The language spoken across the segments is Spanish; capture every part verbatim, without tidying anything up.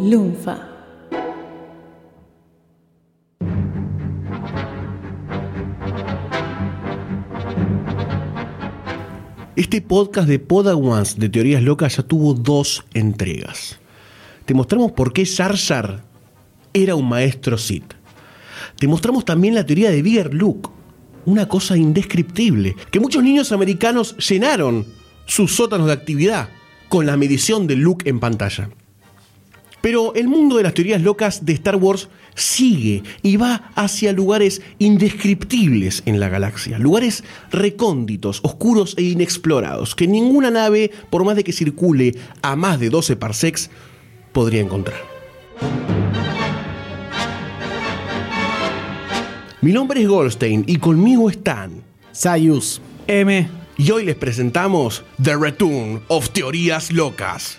Lunfa. Este podcast de Podawans de Teorías Locas ya tuvo dos entregas. Te mostramos por qué Jar Jar era un maestro Sith. Te mostramos también la teoría de Bigger Luke, una cosa indescriptible, que muchos niños americanos llenaron sus sótanos de actividad con la medición de Luke en pantalla. Pero el mundo de las teorías locas de Star Wars sigue y va hacia lugares indescriptibles en la galaxia, lugares recónditos, oscuros e inexplorados, que ninguna nave, por más de que circule a más de doce parsecs, podría encontrar. Mi nombre es Goldstein y conmigo están Sayus, M. Y hoy les presentamos The Return of Teorías Locas.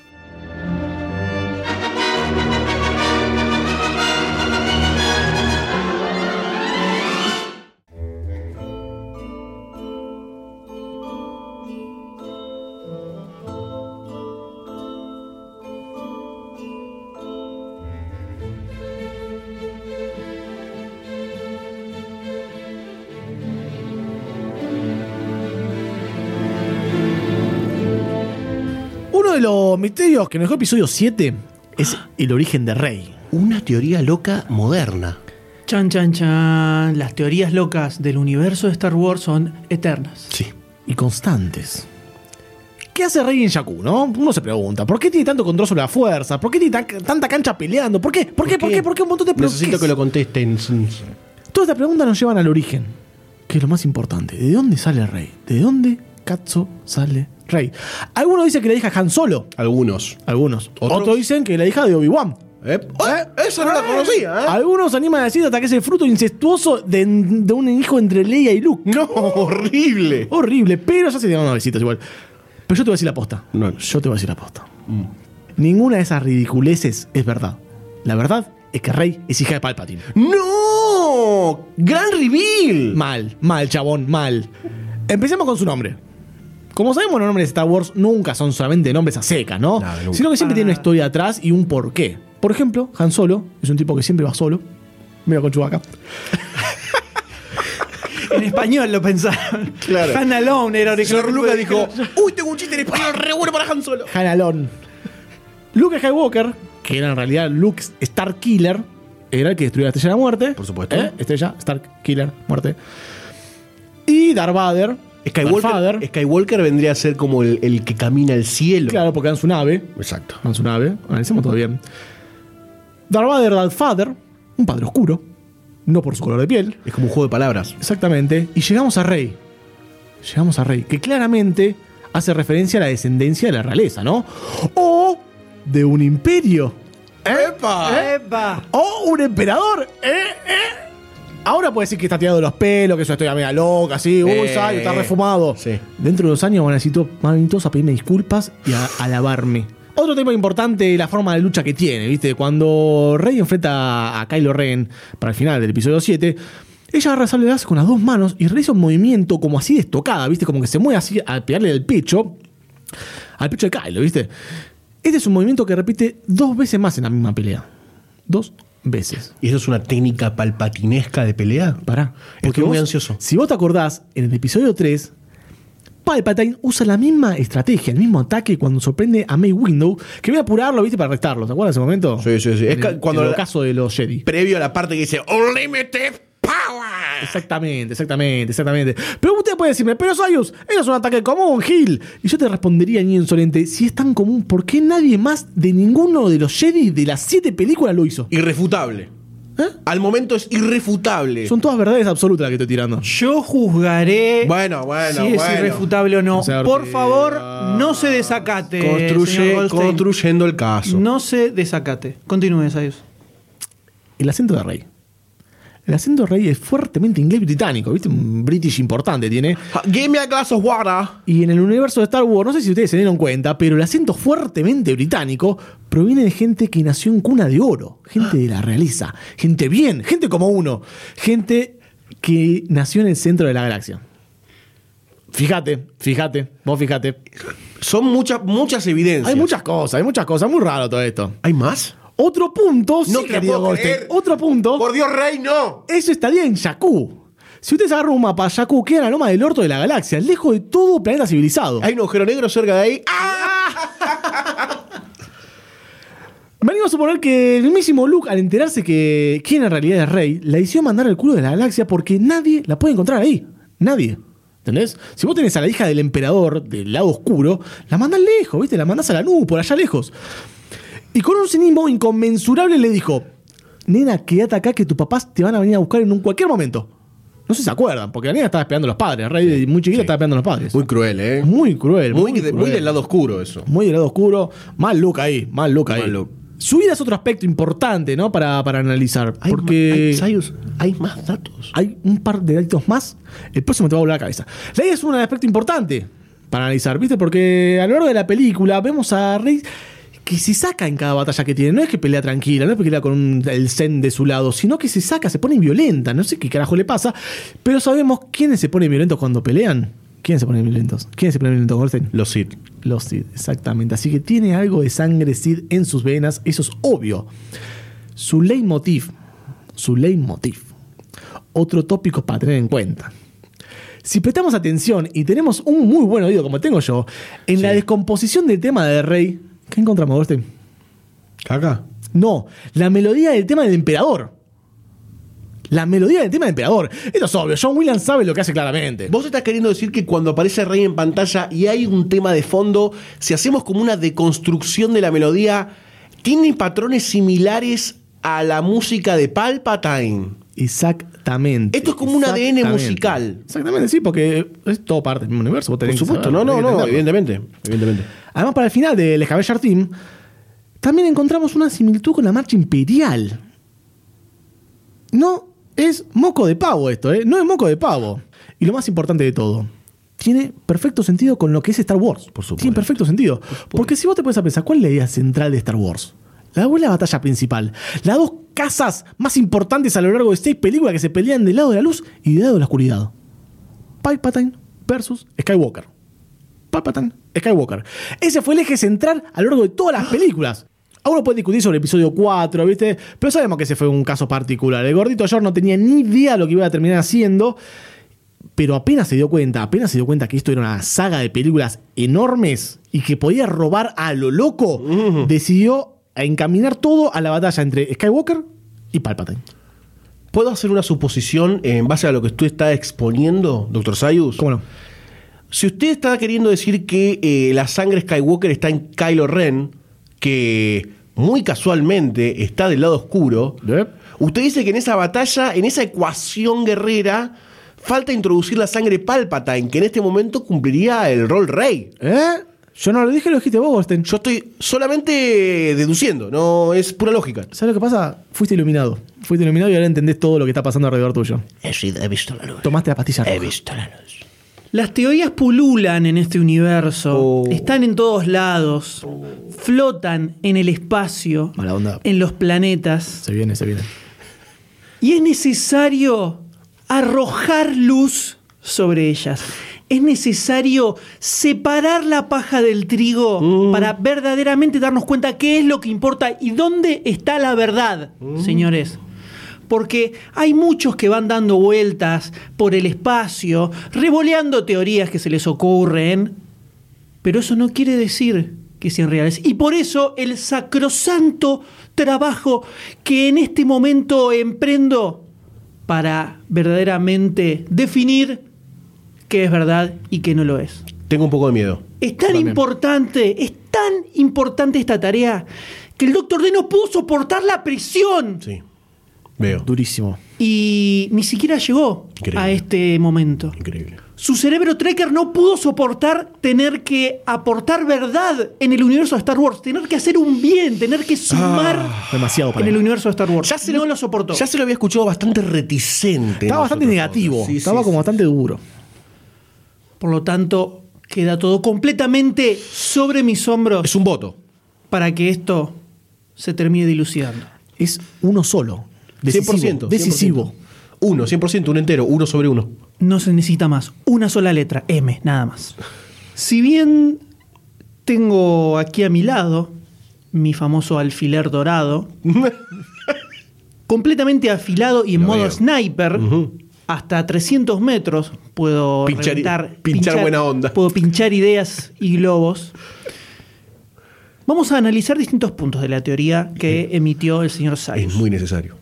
uno de los misterios que nos dejó episodio siete es el origen de Rey. Una teoría loca moderna. Chan, chan, chan. Las teorías locas del universo de Star Wars son eternas. Sí. Y constantes. ¿Qué hace Rey en Jakku, no? Uno se pregunta, ¿por qué tiene tanto control sobre la fuerza? ¿Por qué tiene tan- tanta cancha peleando? ¿Por qué? ¿Por qué? ¿Por qué? ¿Por qué? Un montón de preguntas. Necesito que lo contesten. Todas estas preguntas nos llevan al origen, que es lo más importante. ¿De dónde sale Rey? ¿De dónde cazzo sale Rey? Algunos dicen que la hija Han Solo. Algunos. Algunos. ¿Otros? Otros dicen que la hija de Obi-Wan. Eh, eh, esa no la conocía, ¿eh? Algunos se animan a decir hasta que es el fruto incestuoso de, de un hijo entre Leia y Luke. No, horrible. Horrible, pero ya se dieron unos besitos igual. Pero yo te voy a decir la posta. No, no. Yo te voy a decir la posta. Mm. Ninguna de esas ridiculeces es verdad. La verdad es que Rey es hija de Palpatine. ¡No! ¡Gran reveal! Mal, mal, chabón, mal. Empecemos con su nombre. Como sabemos, los nombres de Star Wars nunca son solamente nombres a seca, ¿no? Nada, nunca. Sino que siempre tiene una historia atrás y un porqué. Por ejemplo, Han Solo es un tipo que siempre va solo. Mira con Chewbacca. En español lo pensaron. Claro. Han Alone era original. George Lucas dijo, uy, tengo un chiste en español re bueno para Han Solo. Han Alone. Luke Skywalker, que era en realidad Luke Starkiller, era el que destruyó la Estrella de la Muerte. Por supuesto. ¿Eh? Estrella, Starkiller, muerte. Y Darth Vader. Darth Skywalker, Vader. Skywalker vendría a ser como el, el que camina al cielo. Claro, porque en su nave. Exacto. En su nave. Analicemos todo bien. Darth Vader, Darth Vader, un padre oscuro. No por su color de piel. Es como un juego de palabras. Exactamente. Y llegamos a Rey. Llegamos a Rey, que claramente hace referencia a la descendencia de la realeza, ¿no? O de un imperio. ¡Epa! ¡Epa! O un emperador. ¿Eh? ¿Eh? Ahora puede decir que está tirado de los pelos, que eso estoy a media loca, así. Uy, Eh, Sayo, está refumado. sí. Dentro de dos años van a decir todos, van a venir todos a pedirme disculpas y a alabarme. Otro tema importante es la forma de lucha que tiene, ¿viste? Cuando Rey enfrenta a Kylo Ren para el final del episodio siete, ella agarra el sable láser con las dos manos y realiza un movimiento como así de estocada, ¿viste? Como que se mueve así al pegarle el pecho, al pecho de Kylo, ¿viste? Este es un movimiento que repite dos veces más en la misma pelea. Dos veces. ¿Y eso es una técnica palpatinesca de pelea? Pará. Estoy muy vos, ansioso. Si vos te acordás, en el episodio tres, Palpatine usa la misma estrategia, el mismo ataque cuando sorprende a Mace Windu, que viene a apurarlo, ¿viste? Para arrestarlo. ¿Te acuerdas de ese momento? Sí, sí, sí. En Es ca- el, cuando en el la- caso de los Jedi. Previo a la parte que dice Unlimited Power. Exactamente, exactamente, exactamente. Pero usted puede decirme, pero Sayus, eso es un ataque común, Gil. Y yo te respondería, niño insolente, si es tan común, ¿por qué nadie más de ninguno de los Jedi de las siete películas lo hizo? Irrefutable. ¿Eh? Al momento es irrefutable. Son todas verdades absolutas las que estoy tirando. Yo juzgaré Bueno, bueno, si es bueno. irrefutable o no. O sea, Por Ortega. favor, no se desacate. Construye, señor Goldstein. construyendo el caso. No se desacate. Continúe, Sayus. El acento de Rey. El acento de Rey es fuertemente inglés británico, ¿viste? Un British importante tiene. Give me a glass of water. Y en el universo de Star Wars, no sé si ustedes se dieron cuenta, pero el acento fuertemente británico proviene de gente que nació en cuna de oro. Gente de la realeza. Gente bien, gente como uno. Gente que nació en el centro de la galaxia. Fíjate, fíjate, vos fíjate. Son muchas, muchas evidencias. Hay muchas cosas, hay muchas cosas. Muy raro todo esto. ¿Hay más? Otro punto, No sí, te la querido puedo Goldstein, creer. otro punto, Por Dios, Rey, no. eso estaría en Jakku. Si ustedes agarran un mapa, Jakku queda en la loma del orto de la galaxia, lejos de todo planeta civilizado. Hay un agujero negro cerca de ahí. Me animo a suponer que el mismísimo Luke, al enterarse que quién en realidad es Rey, la decidió mandar al culo de la galaxia porque nadie la puede encontrar ahí. Nadie. ¿Entendés? Si vos tenés a la hija del emperador del lado oscuro, la mandás lejos, ¿viste? La mandás a la nube, por allá lejos. Y con un cinismo inconmensurable le dijo: nena, quédate acá que tus papás te van a venir a buscar en un cualquier momento. No sé si se acuerdan, porque la nena estaba esperando a los padres. Rey de muy chiquita Sí. estaba esperando a los padres. Muy cruel, ¿eh? Muy cruel. Muy, Muy, de- cruel. muy del lado oscuro eso. Muy del lado oscuro. Mal look ahí, mal look ahí. Mal look. Su vida es otro aspecto importante, ¿no? Para, para analizar. Hay porque ma- hay, Sayus, hay más datos. hay un par de datos más. El próximo te va a volar la cabeza. La vida es un aspecto importante para analizar, ¿viste? Porque a lo largo de la película vemos a Rey que se saca en cada batalla que tiene. No es que pelea tranquila, no es que pelea con un- el zen de su lado, sino que se saca, se pone violenta. No sé qué carajo le pasa, pero sabemos quiénes se ponen violentos cuando pelean. ¿Quiénes se ponen violentos? ¿Quiénes se ponen violentos, Goldstein? Los Sith. Los Sith, exactamente. Así que tiene algo de sangre Sith en sus venas, eso es obvio. Su leitmotiv, su leitmotiv. Otro tópico para tener en cuenta. Si prestamos atención y tenemos un muy buen oído como tengo yo, en Sí. la descomposición del tema de Rey, ¿qué encontramos, Goldstein? ¿Caca? No, la melodía del tema del emperador. La melodía del tema del emperador. Esto es obvio, John Williams sabe lo que hace claramente. Vos estás queriendo decir que cuando aparece Rey en pantalla y hay un tema de fondo, si hacemos como una deconstrucción de la melodía, ¿tiene patrones similares a la música de Palpatine? Exactamente. Esto es como un A D N Exactamente. musical. Exactamente, sí, porque es todo parte del mismo universo. Vos Por tenés que supuesto, saberlo, no, no, tenés que no, entenderlo. evidentemente, evidentemente. Además, para el final del Scavenger Team, también encontramos una similitud con la marcha imperial. No es moco de pavo esto, ¿eh? No es moco de pavo. Y lo más importante de todo, tiene perfecto sentido con lo que es Star Wars. Por supuesto. Tiene perfecto sentido. Porque si vos te pones a pensar, ¿cuál es la idea central de Star Wars? La buena batalla principal. Las dos casas más importantes a lo largo de seis películas que se pelean del lado de la luz y del lado de la oscuridad. Palpatine versus Skywalker. Palpatine, Skywalker. Ese fue el eje central a lo largo de todas las películas. Uno puede discutir sobre el episodio cuatro, ¿viste? Pero sabemos que ese fue un caso particular. El gordito George no tenía ni idea de lo que iba a terminar haciendo, pero apenas se dio cuenta, apenas se dio cuenta que esto era una saga de películas enormes y que podía robar a lo loco, uh-huh. decidió encaminar todo a la batalla entre Skywalker y Palpatine. ¿Puedo hacer una suposición en base a lo que tú estás exponiendo, doctor Sayus? ¿Cómo no? Si usted está queriendo decir que eh, la sangre Skywalker está en Kylo Ren, que muy casualmente está del lado oscuro, Yep. usted dice que en esa batalla, en esa ecuación guerrera, falta introducir la sangre Palpatine, que en este momento cumpliría el rol Rey. ¿Eh? Yo no lo dije, lo dijiste vos, Goldstein. Yo estoy solamente deduciendo, no es pura lógica. ¿Sabes lo que pasa? Fuiste iluminado. Fuiste iluminado y ahora entendés todo lo que está pasando alrededor tuyo. He, sido, he visto la luz. Tomaste la pastilla roja. He visto la luz. Las teorías pululan en este universo, Oh. están en todos lados, flotan en el espacio, Mala onda. en los planetas, Se viene, se viene. y es necesario arrojar luz sobre ellas. Es necesario separar la paja del trigo mm. para verdaderamente darnos cuenta qué es lo que importa y dónde está la verdad, mm. señores. Porque hay muchos que van dando vueltas por el espacio, revoleando teorías que se les ocurren, pero eso no quiere decir que sean reales. Y por eso el sacrosanto trabajo que en este momento emprendo para verdaderamente definir qué es verdad y qué no lo es. Tengo un poco de miedo. Es tan También. importante, es tan importante esta tarea que el doctor D no pudo soportar la presión. Sí, veo. Durísimo. Y ni siquiera llegó Increíble. a este momento. Increíble. Su cerebro tracker no pudo soportar tener que aportar verdad en el universo de Star Wars, tener que hacer un bien, tener que sumar Ah, demasiado para en el él. universo de Star Wars. Ya se no lo, lo soportó. Ya se lo había escuchado bastante reticente. Estaba bastante negativo. Sí, Estaba sí, como sí. bastante duro. Por lo tanto, queda todo completamente sobre mis hombros Es un voto. para que esto se termine dilucidando. Es uno solo. Decisivo. cien por ciento. Decisivo. Uno, cien por ciento, un entero, uno sobre uno. No se necesita más. Una sola letra, M, nada más. Si bien tengo aquí a mi lado mi famoso alfiler dorado, completamente afilado y en Lo modo veo. sniper, Ujú. hasta trescientos metros puedo Pinchar- reventar, pinchar buena onda. Puedo pinchar ideas y globos. Vamos a analizar distintos puntos de la teoría que emitió el señor Sayus. Es muy necesario.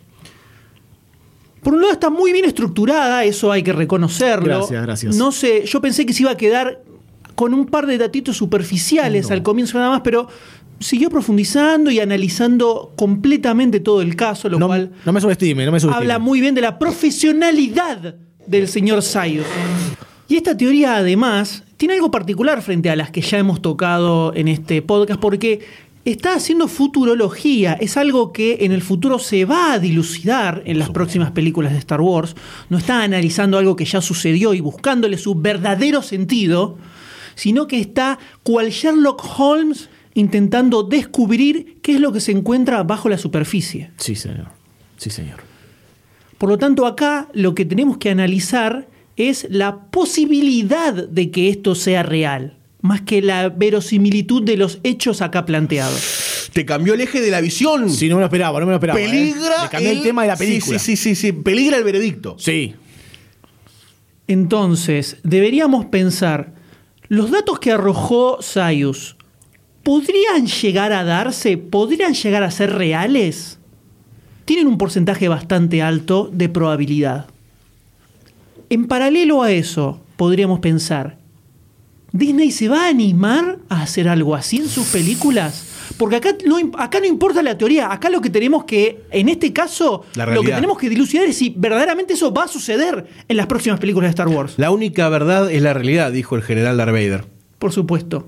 Por un lado está muy bien estructurada, eso hay que reconocerlo. Gracias, gracias. No sé, yo pensé que se iba a quedar con un par de datitos superficiales No. al comienzo nada más, pero siguió profundizando y analizando completamente todo el caso, lo No, cual no me subestime, no me subestime. habla muy bien de la profesionalidad del señor Sayus. Y esta teoría, además, tiene algo particular frente a las que ya hemos tocado en este podcast, porque está haciendo futurología. Es algo que en el futuro se va a dilucidar en las próximas películas de Star Wars. No está analizando algo que ya sucedió y buscándole su verdadero sentido, sino que está cual Sherlock Holmes intentando descubrir qué es lo que se encuentra bajo la superficie. Sí, señor. Sí, señor. Por lo tanto, acá lo que tenemos que analizar es la posibilidad de que esto sea real, más que la verosimilitud de los hechos acá planteados. Te cambió el eje de la visión. Sí, no me lo esperaba, no me lo esperaba. Peligra. ¿eh? Le cambié el, tema de la película. Sí, sí, sí, sí, sí. Peligra el veredicto. Sí. Entonces, deberíamos pensar, ¿los datos que arrojó Sayus podrían llegar a darse? ¿Podrían llegar a ser reales? Tienen un porcentaje bastante alto de probabilidad. En paralelo a eso, podríamos pensar, ¿Disney se va a animar a hacer algo así en sus películas? Porque acá no, acá no importa la teoría, acá lo que tenemos que, en este caso, La lo que realidad. tenemos que dilucidar es si verdaderamente eso va a suceder en las próximas películas de Star Wars. La única verdad es la realidad, dijo el general Darth Vader. Por supuesto.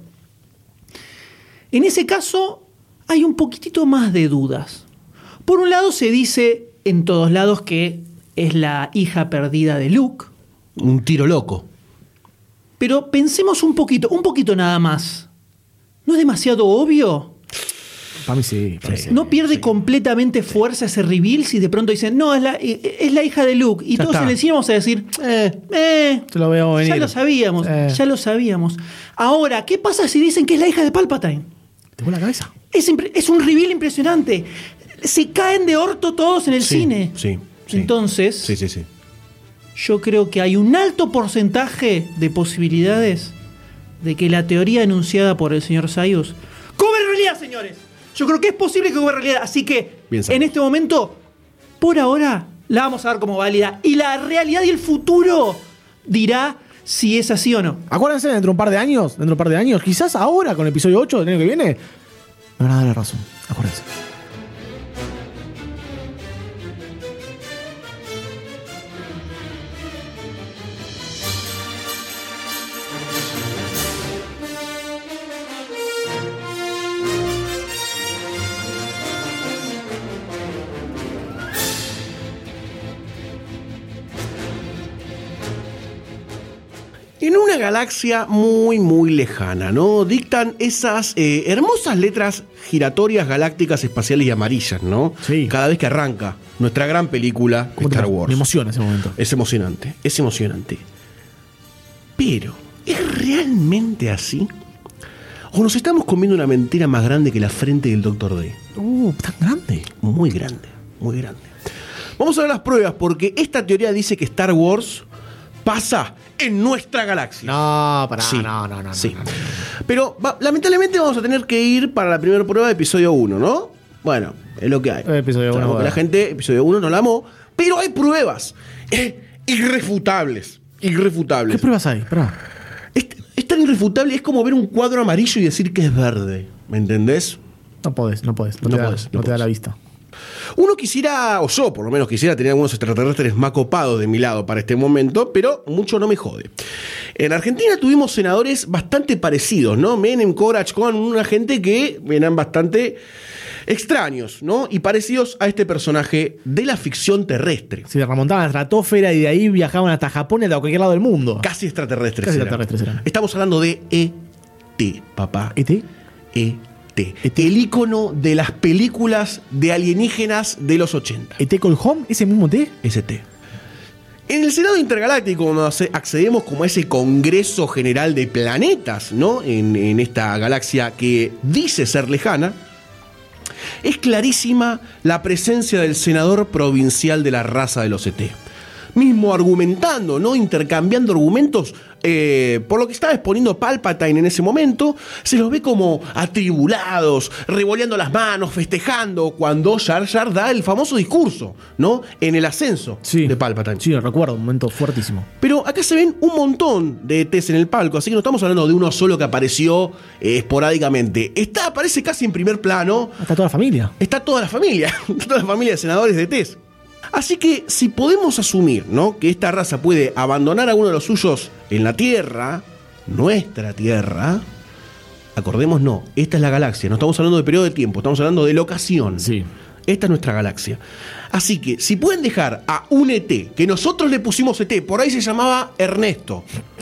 En ese caso, hay un poquitito más de dudas. Por un lado, se dice en todos lados que es la hija perdida de Luke. Un tiro loco. Pero pensemos un poquito, un poquito nada más. ¿No es demasiado obvio? Para mí sí. Para mí sí. ¿No pierde completamente fuerza ese reveal si de pronto dicen, no, es la, es la hija de Luke? Y Ya todos está. en el cine vamos a decir, eh, eh, Te lo veo venir. ya lo sabíamos, Eh. ya lo sabíamos. Ahora, ¿qué pasa si dicen que es la hija de Palpatine? ¿Te vuela la cabeza? Es, impre- es un reveal impresionante. Se caen de orto todos en el Sí, cine. sí, sí. Entonces, Sí, sí, sí. yo creo que hay un alto porcentaje de posibilidades de que la teoría enunciada por el señor Sayus cobre realidad, señores. Yo creo que es posible que cobre realidad. Así que, Bien sabido. en este momento, por ahora, la vamos a dar como válida. Y la realidad y el futuro dirá si es así o no. Acuérdense, dentro de un par de años, dentro de un par de años, quizás ahora con el episodio ocho del año que viene, me van a dar la razón. Acuérdense. En una galaxia muy, muy lejana, ¿no? Dictan esas eh, hermosas letras giratorias, galácticas, espaciales y amarillas, ¿no? Sí. Cada vez que arranca nuestra gran película ¿Cómo te Star emo- Wars. Me emociona ese momento. Es emocionante, es emocionante. Pero, ¿es realmente así? ¿O nos estamos comiendo una mentira más grande que la frente del Doctor D? Uh, tan grande. Muy grande, muy grande. Vamos a ver las pruebas, porque esta teoría dice que Star Wars pasa en nuestra galaxia. No, pará, Sí, no, no, no. sí. no, no, no. Pero va- lamentablemente vamos a tener que ir para la primera prueba de episodio uno, ¿no? Bueno, es lo que hay. Eh, episodio uno, Sabemos que bueno. la gente, episodio uno no la amó, pero hay pruebas eh, irrefutables. Irrefutables. ¿Qué pruebas hay? Pará. Es, es tan irrefutable, es como ver un cuadro amarillo y decir que es verde. ¿Me entendés? No podés, no podés. No, No te, da, podés, no no te da podés. la vista. Uno quisiera, o yo por lo menos quisiera tener algunos extraterrestres más copados de mi lado para este momento, pero mucho no me jode. En Argentina tuvimos senadores bastante parecidos, ¿no? Menem, Corach, con una gente que eran bastante extraños, ¿no? Y parecidos a este personaje de la ficción terrestre. Se remontaban a la estratosfera y de ahí viajaban hasta Japón y hasta cualquier lado del mundo. Casi extraterrestres. Casi eran. extraterrestres eran. Estamos hablando de E T, papá. ¿E T? E T. El ícono de las películas de alienígenas de los ochenta. ¿E T Call Home? ¿Ese mismo T? S T. En el Senado Intergaláctico, cuando ace- accedemos como a ese Congreso General de Planetas, ¿no? En, en esta galaxia que dice ser lejana, es clarísima la presencia del senador provincial de la raza de los E T. Mismo argumentando, ¿no? Intercambiando argumentos eh, por lo que estaba exponiendo Palpatine en ese momento, se los ve como atribulados, revoleando las manos, festejando, cuando Jar Jar da el famoso discurso, ¿no? En el ascenso Sí. de Palpatine. Sí, lo recuerdo, un momento fuertísimo. Pero acá se ven un montón de E Tes en el palco, así que no estamos hablando de uno solo que apareció eh, esporádicamente. Está, aparece casi en primer plano. Hasta toda la familia. Está toda la familia, toda la familia de senadores de E Tes. Así que si podemos asumir, ¿no?, que esta raza puede abandonar a uno de los suyos en la Tierra, nuestra Tierra, acordemos, no, esta es la galaxia, no estamos hablando de periodo de tiempo, estamos hablando de locación. Sí. Esta es nuestra galaxia. Así que si pueden dejar a un E T, que nosotros le pusimos E T, por ahí se llamaba Ernesto.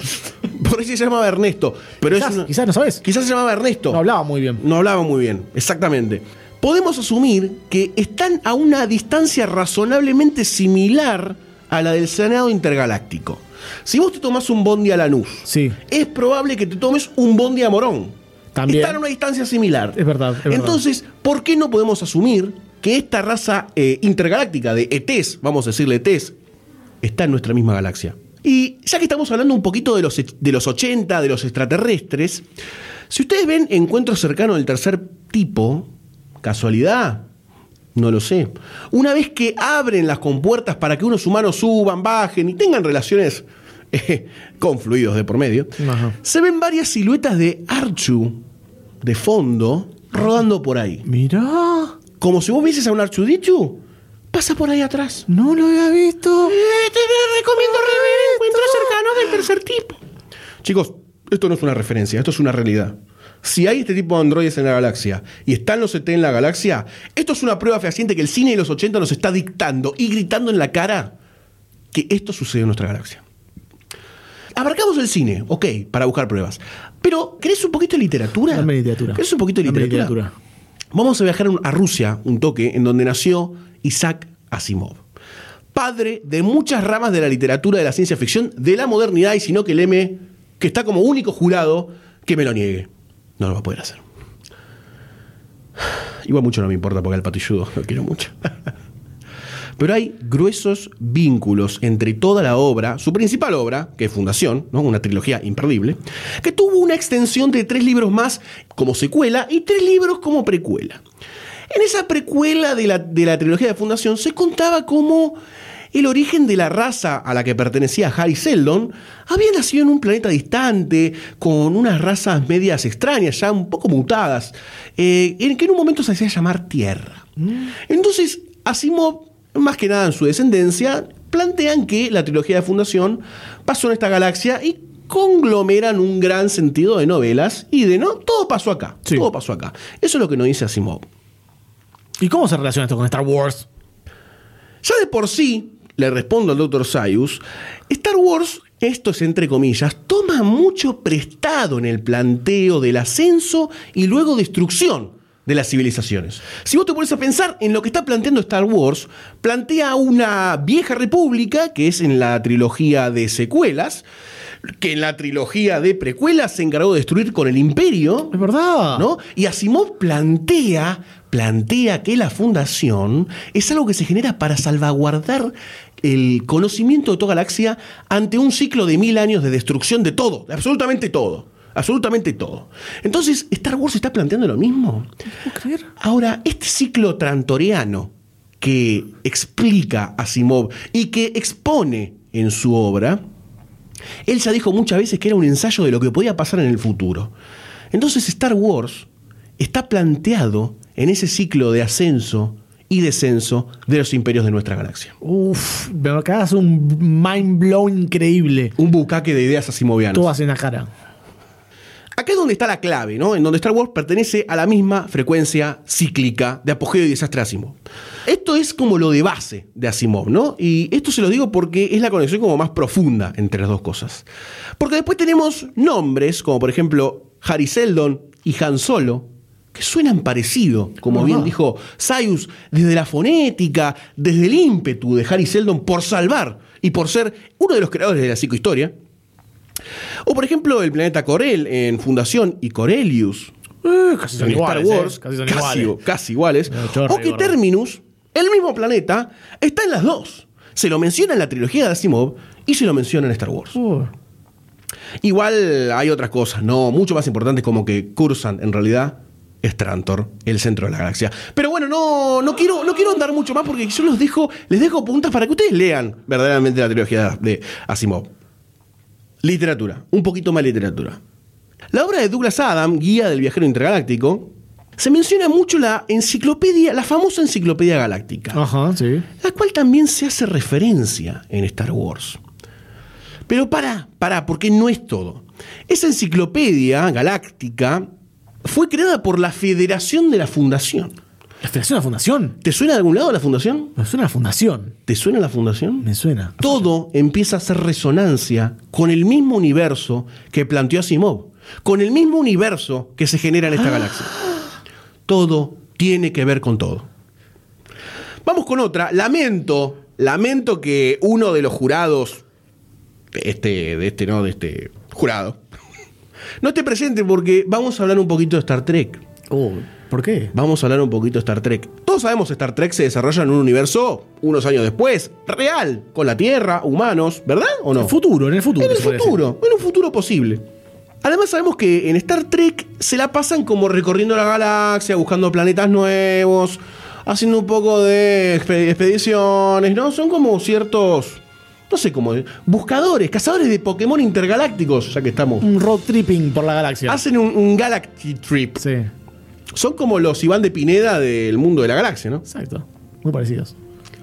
Por ahí se llamaba Ernesto. Pero Quizás, es una- quizás no sabes. Quizás se llamaba Ernesto. No hablaba muy bien. No hablaba muy bien, exactamente. Podemos asumir que están a una distancia razonablemente similar a la del Senado Intergaláctico. Si vos te tomás un bondi a Lanús, Sí. es probable que te tomes un bondi a Morón. También. Están a una distancia similar. Es verdad, es verdad. Entonces, ¿por qué no podemos asumir que esta raza eh, intergaláctica de E Tes, vamos a decirle E Tes, está en nuestra misma galaxia? Y ya que estamos hablando un poquito de los, de los ochenta, de los extraterrestres, si ustedes ven Encuentro Cercano del Tercer Tipo, ¿casualidad? No lo sé. Una vez que abren las compuertas para que unos humanos suban, bajen y tengan relaciones eh, con fluidos de por medio, Ajá. se ven varias siluetas de Archu de fondo rodando por ahí. Mirá. Como si vos vieses a un Archudichu, pasa por ahí atrás. No lo había visto. Eh, te recomiendo rever Encuentro Cercano del Tercer Tipo. Chicos, esto no es una referencia, esto es una realidad. Si hay este tipo de androides en la galaxia y están los E T en la galaxia, esto es una prueba fehaciente que el cine de los ochenta nos está dictando y gritando en la cara que esto sucede en nuestra galaxia. Abarcamos el cine, ok, para buscar pruebas. Pero, ¿querés un poquito de literatura? Dame literatura. ¿Querés un poquito de Dame literatura? literatura. Vamos a viajar a Rusia, un toque, en donde nació Isaac Asimov. Padre de muchas ramas de la literatura de la ciencia ficción, de la modernidad, y si no que el M, que está como único jurado, que me lo niegue. No lo va a poder hacer. Igual mucho no me importa porque al patilludo lo quiero mucho. Pero hay gruesos vínculos entre toda la obra, su principal obra, que es Fundación, ¿no?, una trilogía imperdible, que tuvo una extensión de tres libros más como secuela y tres libros como precuela. En esa precuela de la, de la trilogía de Fundación se contaba cómo el origen de la raza a la que pertenecía Harry Seldon había nacido en un planeta distante, con unas razas medias extrañas, ya un poco mutadas, eh, en que en un momento se hacía llamar Tierra. Mm. Entonces, Asimov, más que nada en su descendencia, plantean que la trilogía de Fundación pasó en esta galaxia y conglomeran un gran sentido de novelas y de no, todo pasó acá, Sí. todo pasó acá. Eso es lo que nos dice Asimov. ¿Y cómo se relaciona esto con Star Wars? Ya de por sí, le respondo al doctor Sayus, Star Wars, esto es entre comillas, toma mucho prestado en el planteo del ascenso y luego destrucción de las civilizaciones. Si vos te pones a pensar en lo que está planteando Star Wars, plantea una vieja república, que es en la trilogía de secuelas, que en la trilogía de precuelas se encargó de destruir con el Imperio, Es verdad. ¿no? Y Asimov plantea, plantea que la fundación es algo que se genera para salvaguardar el conocimiento de toda galaxia ante un ciclo de mil años de destrucción de todo, de absolutamente todo. Absolutamente todo. Entonces, ¿Star Wars está planteando lo mismo? ¿Puedo creer? Ahora, este ciclo trantoriano que explica Asimov y que expone en su obra, él ya dijo muchas veces que era un ensayo de lo que podía pasar en el futuro. Entonces, Star Wars está planteado en ese ciclo de ascenso y descenso de los imperios de nuestra galaxia. Uf, me acabas de hacer un mind blow increíble. Un bucaque de ideas asimovianas. Todas en la cara. Acá es donde está la clave, ¿no? En donde Star Wars pertenece a la misma frecuencia cíclica de apogeo y desastre de Asimov. Esto es como lo de base de Asimov, ¿no? Y esto se lo digo porque es la conexión como más profunda entre las dos cosas. Porque después tenemos nombres, como por ejemplo Harry Seldon y Han Solo, que suenan parecido, como Ajá. bien dijo Sayus, desde la fonética, desde el ímpetu de Harry Seldon por salvar y por ser uno de los creadores de la psicohistoria. O por ejemplo el planeta Corel en Fundación y Corellius, Eh, casi son en iguales. Star Wars, eh, casi son casi, iguales. casi iguales, No, chorro, o que gordo. Terminus, el mismo planeta, está en las dos. Se lo menciona en la trilogía de Asimov y se lo menciona en Star Wars. Uh, Igual hay otras cosas, no mucho más importantes, como que Coruscant en realidad es Trantor, el centro de la galaxia. Pero bueno, no, no, quiero, no quiero andar mucho más porque yo los dejo, les dejo puntas para que ustedes lean verdaderamente la trilogía de Asimov. Literatura, un poquito más literatura. La obra de Douglas Adams, Guía del Viajero Intergaláctico, se menciona mucho la enciclopedia, la famosa enciclopedia galáctica, Ajá, sí. la cual también se hace referencia en Star Wars. Pero pará, pará, porque no es todo. Esa enciclopedia galáctica fue creada por la Federación de la Fundación. ¿La Federación de la Fundación? ¿Te suena de algún lado la Fundación? Me suena la Fundación. ¿Te suena la Fundación? Me suena. Todo empieza a hacer resonancia con el mismo universo que planteó Asimov, con el mismo universo que se genera en esta galaxia. Todo tiene que ver con todo. Vamos con otra. Lamento, lamento que uno de los jurados de este, de este, no, de este jurado, no esté presente porque vamos a hablar un poquito de Star Trek. Oh, ¿por qué? Vamos a hablar un poquito de Star Trek. Todos sabemos que Star Trek se desarrolla en un universo unos años después, real, con la Tierra, humanos, ¿verdad o no? En el futuro, en el futuro. En el se puede futuro, en un futuro posible. Además sabemos que en Star Trek se la pasan como recorriendo la galaxia, buscando planetas nuevos, haciendo un poco de expe- expediciones, ¿no? Son como ciertos, no sé cómo, buscadores, cazadores de Pokémon intergalácticos, ya que estamos. decir. Un road tripping por la galaxia. Hacen un, un Galaxy Trip. Sí, Son como los Iván de Pineda del mundo de la galaxia, ¿no? exacto. Muy parecidos.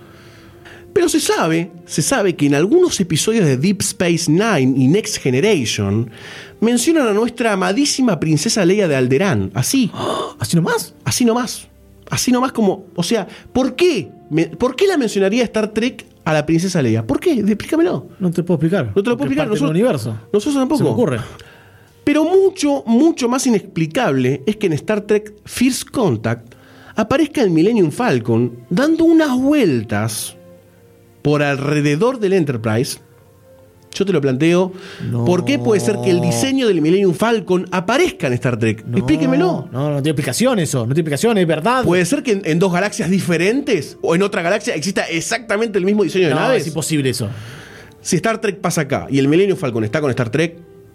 Pero se sabe, se sabe que en algunos episodios de Deep Space Nine y Next Generation mencionan a nuestra amadísima princesa Leia de Alderaan, así, ¿Así nomás? así nomás, así nomás como, o sea, ¿por qué? Me- ¿Por qué la mencionaría Star Trek a la princesa Leia? ¿Por qué? Explícamelo. No te puedo explicar. No te lo puedo Porque explicar. es parte del universo. Nosotros tampoco. Se me ocurre. Pero mucho, mucho más inexplicable es que en Star Trek First Contact aparezca el Millennium Falcon dando unas vueltas por alrededor del Enterprise. Yo te lo planteo. No. ¿Por qué puede ser que el diseño del Millennium Falcon aparezca en Star Trek? No, Explíquemelo. No, no tiene explicación eso. No tiene explicación, es verdad. ¿Puede ser que en, en dos galaxias diferentes o en otra galaxia exista exactamente el mismo diseño de no, naves? es imposible eso. Si Star Trek pasa acá y el Millennium Falcon está con Star Trek,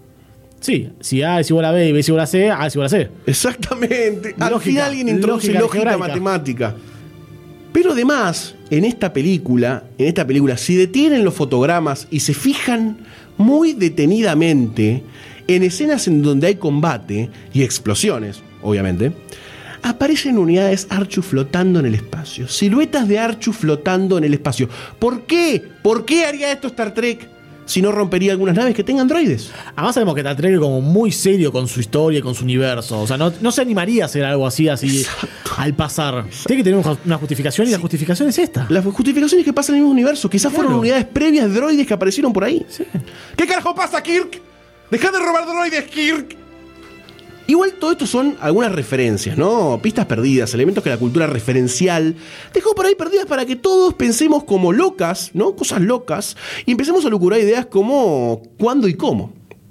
Sí, si A es igual a B y B es igual a C, A es igual a C. exactamente. Al Lógica, final alguien introduce lógica lógica, algebraica. matemática. Pero además, en esta película, en esta película, si detienen los fotogramas y se fijan muy detenidamente en escenas en donde hay combate y explosiones, obviamente, aparecen unidades Archu flotando en el espacio. Siluetas de Archu flotando en el espacio. ¿Por qué? ¿Por qué haría esto Star Trek si no rompería algunas naves que tengan droides? Además sabemos que Star Trek es como muy serio con su historia y con su universo. O sea, no, no se animaría a hacer algo así, así al pasar. Tiene que tener un- una justificación y la justificación es esta. Las justificaciones que pasan en el mismo universo. Quizás Claro. fueron unidades previas de droides que aparecieron por ahí. Sí. ¿Qué carajo pasa, Kirk? ¡Deja de robar droides, Kirk! Igual todo esto son algunas referencias, ¿no? Pistas perdidas, elementos que la cultura referencial dejó por ahí perdidas para que todos pensemos como locas, ¿no? Cosas locas, y empecemos a lucurar ideas como cuándo y cómo.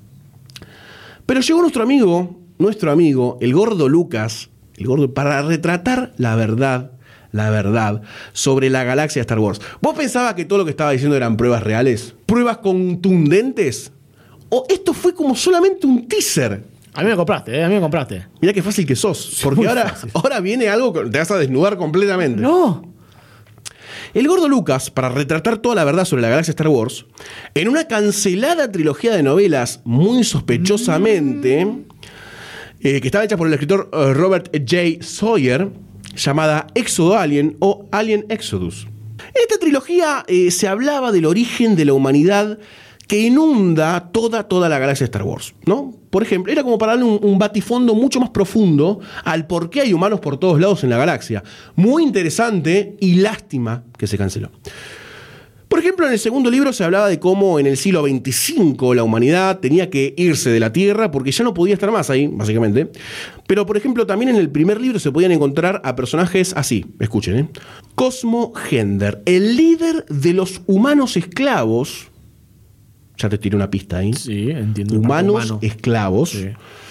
Pero llegó nuestro amigo, nuestro amigo, el gordo Lucas, el gordo, para retratar la verdad, la verdad, sobre la galaxia de Star Wars. ¿Vos pensabas que todo lo que estaba diciendo eran pruebas reales? ¿Pruebas contundentes? ¿O esto fue como solamente un teaser? A mí me compraste, ¿eh? A mí me compraste. Mirá qué fácil que sos, porque muy ahora, fácil. ahora viene algo que te vas a desnudar completamente. No. El gordo Lucas, para retratar toda la verdad sobre la galaxia Star Wars, en una cancelada trilogía de novelas muy sospechosamente, eh, que estaba hecha por el escritor eh, Robert J. Sawyer, llamada Éxodo Alien o Alien Exodus. En esta trilogía eh, se hablaba del origen de la humanidad que inunda toda, toda la galaxia de Star Wars, ¿no? Por ejemplo, era como para darle un, un batifondo mucho más profundo al por qué hay humanos por todos lados en la galaxia. Muy interesante y lástima que se canceló. Por ejemplo, en el segundo libro se hablaba de cómo en el siglo veinticinco la humanidad tenía que irse de la Tierra porque ya no podía estar más ahí, básicamente. Pero, por ejemplo, también en el primer libro se podían encontrar a personajes así, escuchen, ¿eh? Cosmo Gender, el líder de los humanos esclavos. Ya te tiré una pista ahí. Sí, entiendo. Humanos Humano. esclavos. Sí.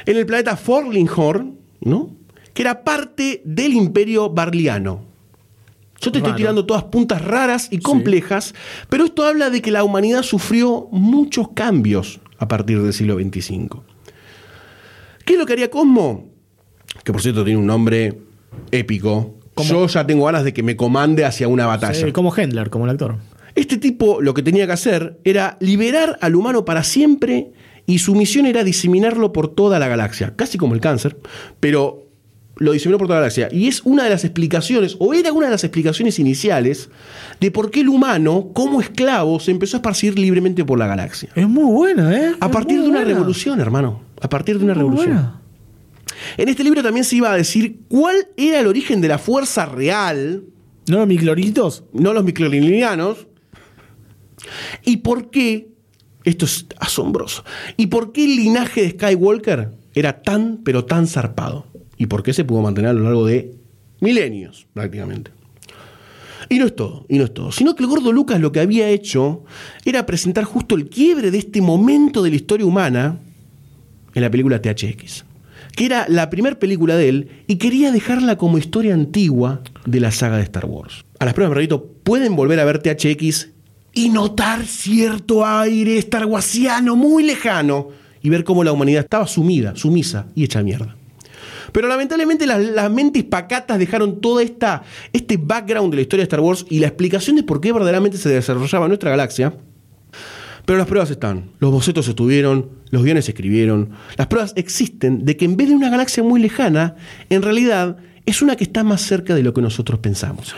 en el planeta Forlinghorn, ¿no? Que era parte del Imperio Barliano. Yo te Raro. estoy tirando todas puntas raras y complejas, sí. Pero esto habla de que la humanidad sufrió muchos cambios a partir del siglo veinticinco. ¿Qué es lo que haría Cosmo? Que por cierto tiene un nombre épico. ¿Cómo? Yo ya tengo ganas de que me comande hacia una batalla. Sí, como Hendler, como el actor. Este tipo lo que tenía que hacer era liberar al humano para siempre y su misión era diseminarlo por toda la galaxia, casi como el cáncer, pero lo diseminó por toda la galaxia. Y es una de las explicaciones, o era una de las explicaciones iniciales, de por qué el humano, como esclavo, se empezó a esparcir libremente por la galaxia. Es muy buena, ¿eh? A es partir de una buena. revolución, hermano. A partir de una Muy revolución. buena. En este libro también se iba a decir cuál era el origen de la fuerza real, ¿No los micloritos? no los microlinianos, y por qué, esto es asombroso, y por qué el linaje de Skywalker era tan, pero tan zarpado, y por qué se pudo mantener a lo largo de milenios, prácticamente. Y no es todo, y no es todo, sino que el gordo Lucas lo que había hecho era presentar justo el quiebre de este momento de la historia humana en la película T H X, que era la primera película de él y quería dejarla como historia antigua de la saga de Star Wars. A las pruebas, Margarito, pueden volver a ver T H X y notar cierto aire starwarsiano muy lejano y ver cómo la humanidad estaba sumida, sumisa y hecha mierda. Pero lamentablemente las, las mentes pacatas dejaron todo esta, este background de la historia de Star Wars y la explicación de por qué verdaderamente se desarrollaba nuestra galaxia. Pero las pruebas están, los bocetos estuvieron, los guiones se escribieron, las pruebas existen de que en vez de una galaxia muy lejana, en realidad es una que está más cerca de lo que nosotros pensamos.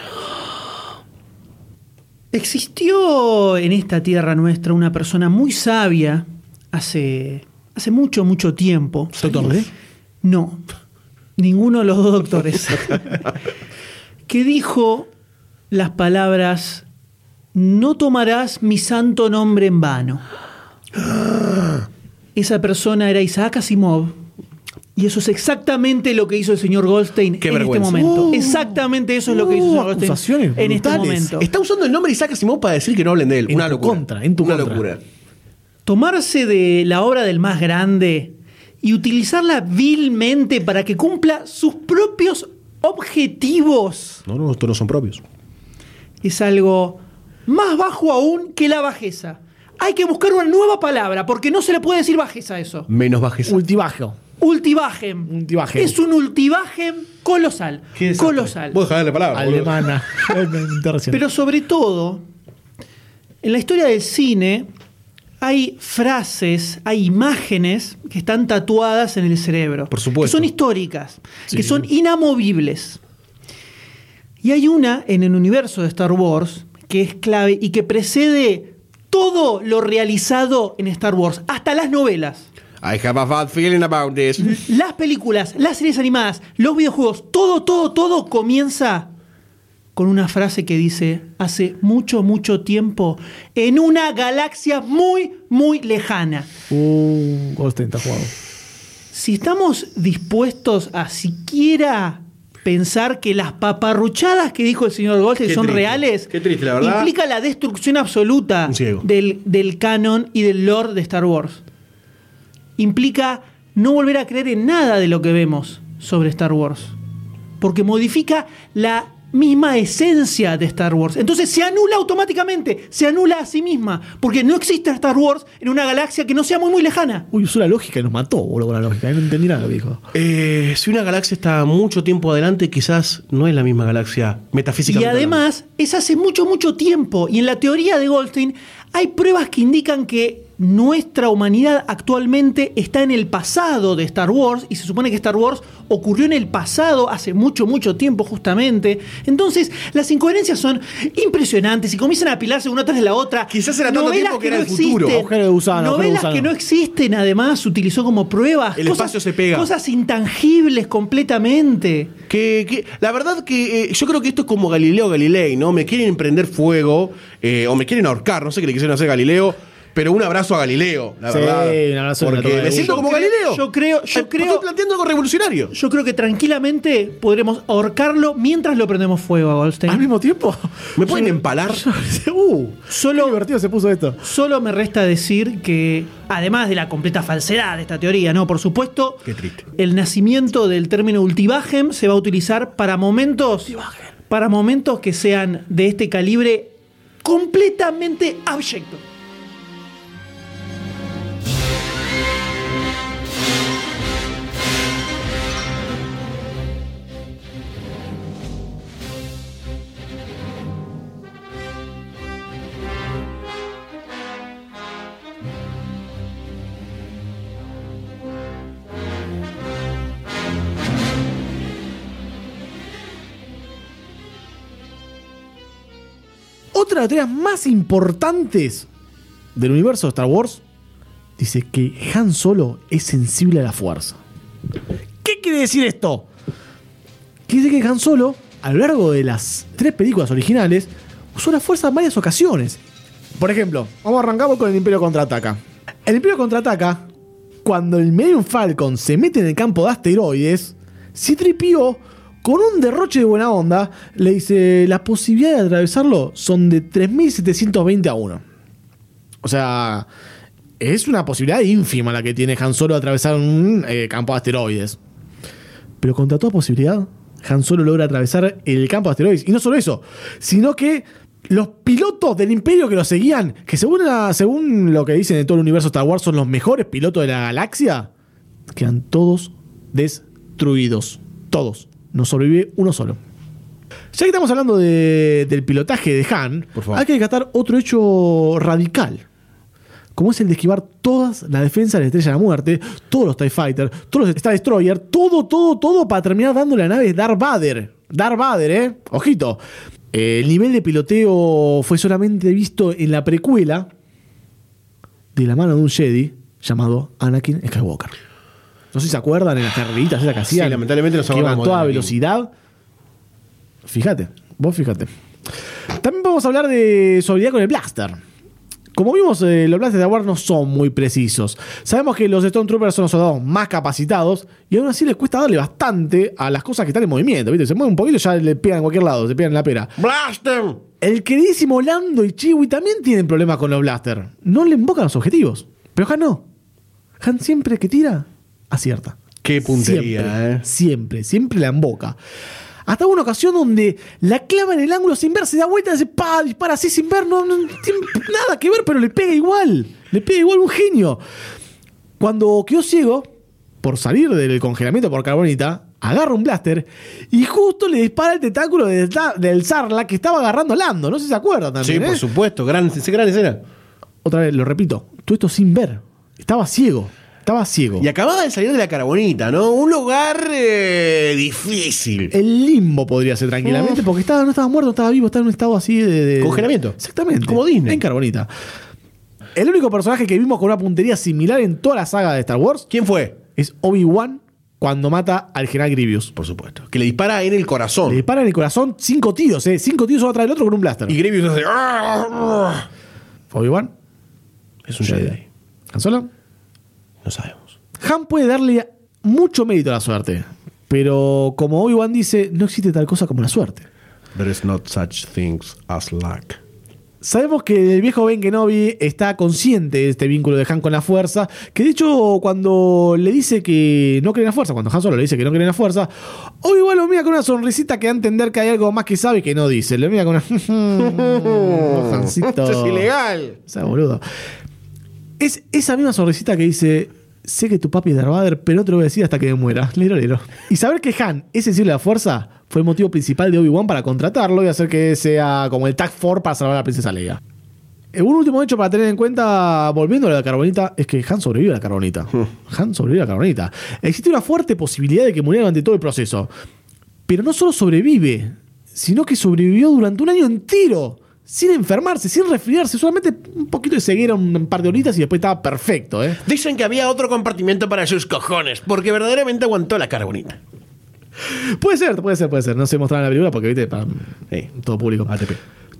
Existió en esta tierra nuestra una persona muy sabia hace, hace mucho, mucho tiempo. ¿Doctor D? No, ninguno de los dos doctores. Que dijo las palabras: no tomarás mi santo nombre en vano. Esa persona era Isaac Asimov. Y eso es exactamente lo que hizo el señor Goldstein Qué en vergüenza. este momento. Uh, exactamente eso es lo que hizo el señor Goldstein acusaciones en este brutales. momento. Está usando el nombre de Isaac Asimov para decir que no hablen de él. En Una tu locura. contra, en tu Una contra. locura. Tomarse de la obra del más grande y utilizarla vilmente para que cumpla sus propios objetivos No, no, estos no son propios. es algo más bajo aún que la bajeza. Hay que buscar una nueva palabra porque no se le puede decir bajeza a eso. Menos bajeza. Ultibajo. Ultibajem. Ultibajem. Es un ultibajem colosal. Qué desastre. Colosal. Vos dejá de darle palabra. boludo. Alemana. Pero sobre todo, en la historia del cine hay frases, hay imágenes que están tatuadas en el cerebro. Por supuesto. Que son históricas, Sí. que son inamovibles. Y hay una en el universo de Star Wars que es clave y que precede todo lo realizado en Star Wars, hasta las novelas. I have a bad feeling about this. Las películas, las series animadas, los videojuegos, todo, todo, todo comienza con una frase que dice: hace mucho, mucho tiempo, en una galaxia muy, muy lejana. Uh, Goldstein está jugado. Si estamos dispuestos a siquiera pensar que las paparruchadas que dijo el señor Goldstein Qué son triste, reales, qué triste, la verdad. implica la destrucción absoluta Un ciego. del, del canon y del lore de Star Wars. Implica no volver a creer en nada de lo que vemos sobre Star Wars, porque modifica la misma esencia de Star Wars. Entonces se anula automáticamente, se anula a sí misma, porque no existe Star Wars en una galaxia que no sea muy muy lejana. Uy, usó la lógica y nos mató, boludo, con la lógica. No entendí nada lo que dijo. Eh, si una galaxia está mucho tiempo adelante, quizás no es la misma galaxia Y metafísicamente. además es hace mucho mucho tiempo, y en la teoría de Goldstein hay pruebas que indican que nuestra humanidad actualmente está en el pasado de Star Wars, y se supone que Star Wars ocurrió en el pasado hace mucho, mucho tiempo justamente. Entonces, las incoherencias son impresionantes y comienzan a apilarse una tras de la otra. Quizás era tanto Novelas tiempo que era no el futuro. existen. Agujero de gusano, agujero de Novelas gusano. que no existen, además, utilizó como pruebas. El espacio se pega. Cosas intangibles completamente. Que, que- la verdad que eh, yo creo que esto es como Galileo Galilei, ¿no? Me quieren prender fuego eh, o me quieren ahorcar, no sé qué le quisieron hacer a Galileo. pero un abrazo a Galileo, la Sí, verdad. un abrazo Porque natural. me siento Yo como creo- Galileo. yo creo- yo Eh, creo- Estoy planteando algo revolucionario. Yo creo que tranquilamente podremos ahorcarlo mientras lo prendemos fuego a Goldstein. ¿Al mismo tiempo? ¿Me pueden empalar? uh, Solo- qué divertido se puso esto. Solo me resta decir que, además de la completa falsedad de esta teoría, ¿no? Por supuesto, Qué triste. el nacimiento del término ultivagen se va a utilizar para momentos, para momentos que sean de este calibre completamente abyecto. Otra de las teorías más importantes del universo de Star Wars dice que Han Solo es sensible a la fuerza. ¿Qué quiere decir esto? Quiere decir que Han Solo, a lo largo de las tres películas originales, usó la fuerza en varias ocasiones. Por ejemplo, vamos a arrancar con el Imperio Contraataca. El Imperio Contraataca, cuando el Millennium Falcon se mete en el campo de asteroides, C tres P O, con un derroche de buena onda, le dice: las posibilidades de atravesarlo son de tres mil setecientos veinte a uno. O sea, es una posibilidad ínfima la que tiene Han Solo de atravesar un eh, campo de asteroides. Pero contra toda posibilidad, Han Solo logra atravesar el campo de asteroides. Y no solo eso, sino que los pilotos del Imperio que lo seguían, que según, la, según lo que dicen de todo el universo Star Wars son los mejores pilotos de la galaxia, quedan todos destruidos. Todos. No sobrevive uno solo. Ya que estamos hablando de, del pilotaje de Han, Por favor. hay que descartar otro hecho radical, como es el de esquivar todas las defensas de la Estrella de la Muerte, todos los TIE Fighter, todos los Star Destroyer, todo, todo, todo para terminar dándole a la nave Darth Vader. Darth Vader, ¿eh? Ojito. El nivel de piloteo fue solamente visto en la precuela de la mano de un Jedi llamado Anakin Skywalker. No sé si se acuerdan en las carreritas esas que hacían. Sí, lamentablemente nos que iban a acordamos de toda Anakin. velocidad. Fíjate, vos fíjate. También vamos a hablar de su habilidad con el blaster. Como vimos, eh, los blasters de Star Wars no son muy precisos. Sabemos que los Stormtroopers son los soldados más capacitados y aún así les cuesta darle bastante a las cosas que están en movimiento, ¿viste? Se mueven un poquito y ya le pegan en cualquier lado, se pegan en la pera. ¡Blaster! El queridísimo Lando y Chewie también tienen problemas con los blasters. No le invocan los objetivos. Pero Han no. Han siempre que tira, acierta. Qué puntería, siempre, eh. Siempre, siempre la emboca. Hasta hubo una ocasión donde la clava en el ángulo sin ver, se da vuelta y dice, pa, dispara así sin ver, no, no tiene nada que ver, pero le pega igual. Le pega igual, un genio. Cuando quedó ciego, por salir del congelamiento por carbonita, agarra un blaster y justo le dispara el tentáculo del, del Sarlacc que estaba agarrando Lando. No sé si se acuerdan también. Sí, ¿eh? por supuesto. Gran, gran escena. Otra vez, lo repito, todo esto sin ver. Estaba ciego. Estaba ciego. Y acababa de salir de la carbonita, ¿no? Un lugar eh, difícil. El limbo podría ser tranquilamente, porque estaba, no estaba muerto, no estaba vivo, estaba en un estado así de, de- Congelamiento. Exactamente. Como Disney. En carbonita. El único personaje que vimos con una puntería similar en toda la saga de Star Wars ¿Quién fue? es Obi-Wan cuando mata al general Grievous. Por supuesto. Que le dispara en el corazón. Le dispara en el corazón cinco tiros, ¿eh? Cinco tiros uno atrás del otro con un blaster. Y Grievous hace... "Ah". Obi-Wan. Es un Jedi. ¿Han Solo? No sabemos. Han puede darle mucho mérito a la suerte, pero como Obi-Wan dice, no existe tal cosa como la suerte. There is not such things as luck. Sabemos que el viejo Ben Kenobi está consciente de este vínculo de Han con la fuerza, que de hecho cuando le dice que no cree en la fuerza, cuando Han Solo le dice que no cree en la fuerza, Obi-Wan lo mira con una sonrisita que da a entender que hay algo más que sabe y que no dice. Lo mira con una... Esto Hancito. es ilegal. O sea, boludo. Es esa misma sonrisita que dice: sé que tu papi es Darth Vader, pero no te lo voy a decir hasta que me muera. Lero, lero. Y saber que Han es sensible a la fuerza fue el motivo principal de Obi-Wan para contratarlo y hacer que sea como el Tag Force para salvar a la princesa Leia. Un último hecho para tener en cuenta, volviendo a la carbonita, es que Han sobrevive a la carbonita. Han sobrevive a la carbonita. Existe una fuerte posibilidad de que muriera durante todo el proceso. Pero no solo sobrevive, sino que sobrevivió durante un año entero, sin enfermarse, sin resfriarse, solamente un poquito de ceguera, un par de horitas y después estaba perfecto, ¿eh? Dicen que había otro compartimento para sus cojones, porque verdaderamente aguantó la carbonita. Puede ser, puede ser, puede ser. No se mostraba en la película porque, viste, para Sí. todo público. A T P.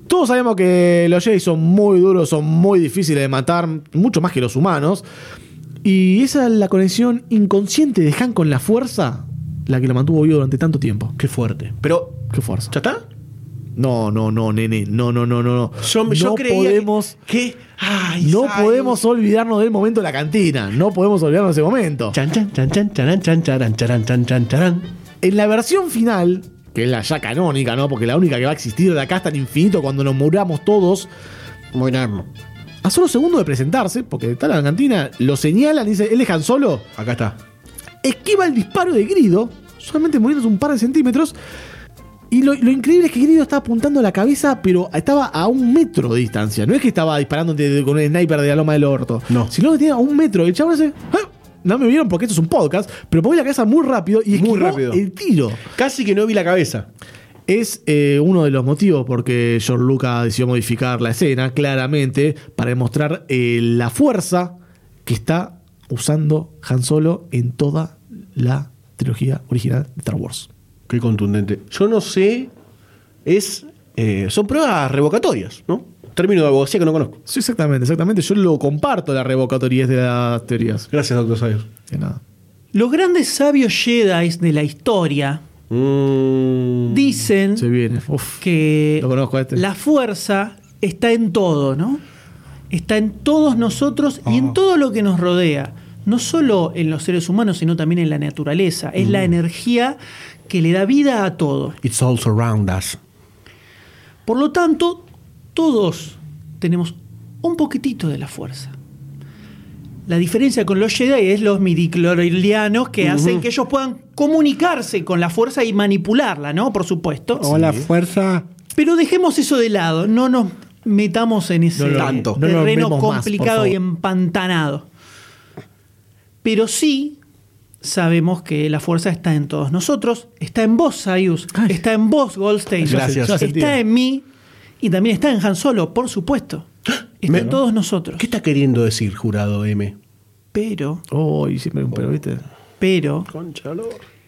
Todos sabemos que los Jedi son muy duros, son muy difíciles de matar, mucho más que los humanos. Y esa es la conexión inconsciente de Han con la fuerza, la que lo mantuvo vivo durante tanto tiempo. Qué fuerte. Pero, ¿Qué fuerza? ¿ya está? No, no, no, nene. No, no, no, no. no. Yo, yo no creía podemos, que... que- ay, no Sayus. podemos olvidarnos del momento de la cantina. No podemos olvidarnos de ese momento. Chan, chan, chan, chan, charan, chan, charan, charan, chan, chan, charan. En la versión final, que es la ya canónica, ¿no? Porque la única que va a existir de acá hasta el infinito cuando nos muramos todos. Muy largo. A solo segundos de presentarse, porque está en la cantina, lo señalan y dice, él es Han Solo. Acá está. Esquiva el disparo de Grido, solamente moviéndose un par de centímetros. Y lo, lo increíble es que Grido estaba apuntando la cabeza, pero estaba a un metro de distancia. No es que estaba disparando de- de- con un sniper de la loma del orto. No. Sino que tenía a un metro. El chabón hace... "Ah". No me vieron porque esto es un podcast, pero moví la cabeza muy rápido y esquivó Muy rápido. el tiro. Casi que no vi la cabeza. Es eh, uno de los motivos por que George Lucas decidió modificar la escena, claramente, para demostrar eh, la fuerza que está usando Han Solo en toda la trilogía original de Star Wars. Qué contundente. Yo no sé. Es. eh, son pruebas revocatorias, ¿no? Término de abogacía que no conozco. Sí, exactamente, exactamente. Yo lo comparto, las revocatorias de las teorías. Gracias, doctor Sayus. De nada. Los grandes sabios Jedi de la historia Mm. dicen Se viene. Uf. que Lo conozco a este. la fuerza está en todo, ¿no? Está en todos nosotros y Ah. en todo lo que nos rodea. No solo en los seres humanos, sino también en la naturaleza. Es Mm. la energía que le da vida a todo. It's all around us. Por lo tanto, todos tenemos un poquitito de la fuerza. La diferencia con los Jedi es los midichlorianos que hacen que ellos puedan comunicarse con la fuerza y manipularla, ¿no? Por supuesto. Hola, fuerza. Pero dejemos eso de lado, no nos metamos en ese No lo- Tanto. no lo terreno vemos más, por complicado favor. y empantanado. Pero sí sabemos que la fuerza está en todos nosotros, está en vos, Sayus, Ay. está en vos, Goldstein, Gracias. Ya se entiende. está en mí y también está en Han Solo, por supuesto. Está Me- en todos nosotros. ¿Qué está queriendo decir, jurado M? Pero, Oh, y siempre un pero, ¿viste? pero, Conchalo.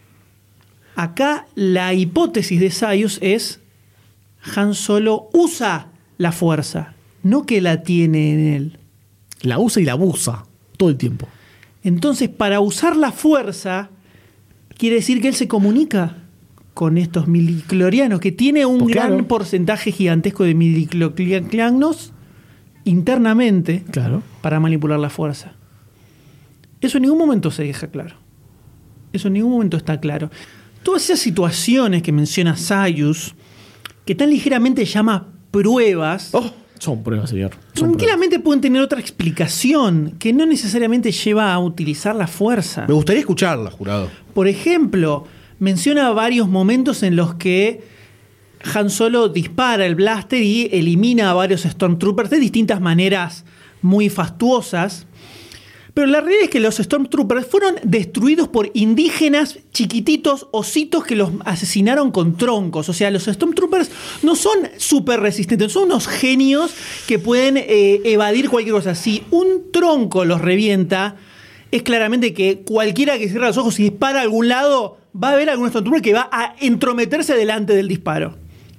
acá la hipótesis de Sayus es Han Solo usa la fuerza, no que la tiene en él. La usa y la abusa todo el tiempo. Entonces, para usar la fuerza, quiere decir que él se comunica con estos midichlorianos, que tiene un Pues gran claro. porcentaje gigantesco de midichlorianos internamente Claro. para manipular la fuerza. Eso en ningún momento se deja claro. Eso en ningún momento está claro. Todas esas situaciones que menciona Sayus, que tan ligeramente llama pruebas, Oh, Son pruebas, señor. Son tranquilamente pueden tener otra explicación que no necesariamente lleva a utilizar la fuerza. me gustaría escucharla, jurado. Por ejemplo, menciona varios momentos en los que Han Solo dispara el blaster y elimina a varios Stormtroopers de distintas maneras muy fastuosas. Pero la realidad es que los Stormtroopers fueron destruidos por indígenas chiquititos, ositos que los asesinaron con troncos. O sea, los Stormtroopers no son súper resistentes, son unos genios que pueden eh, evadir cualquier cosa. Si un tronco los revienta, es claramente que cualquiera que cierre los ojos y dispara a algún lado, va a haber algún Stormtrooper que va a entrometerse delante del disparo.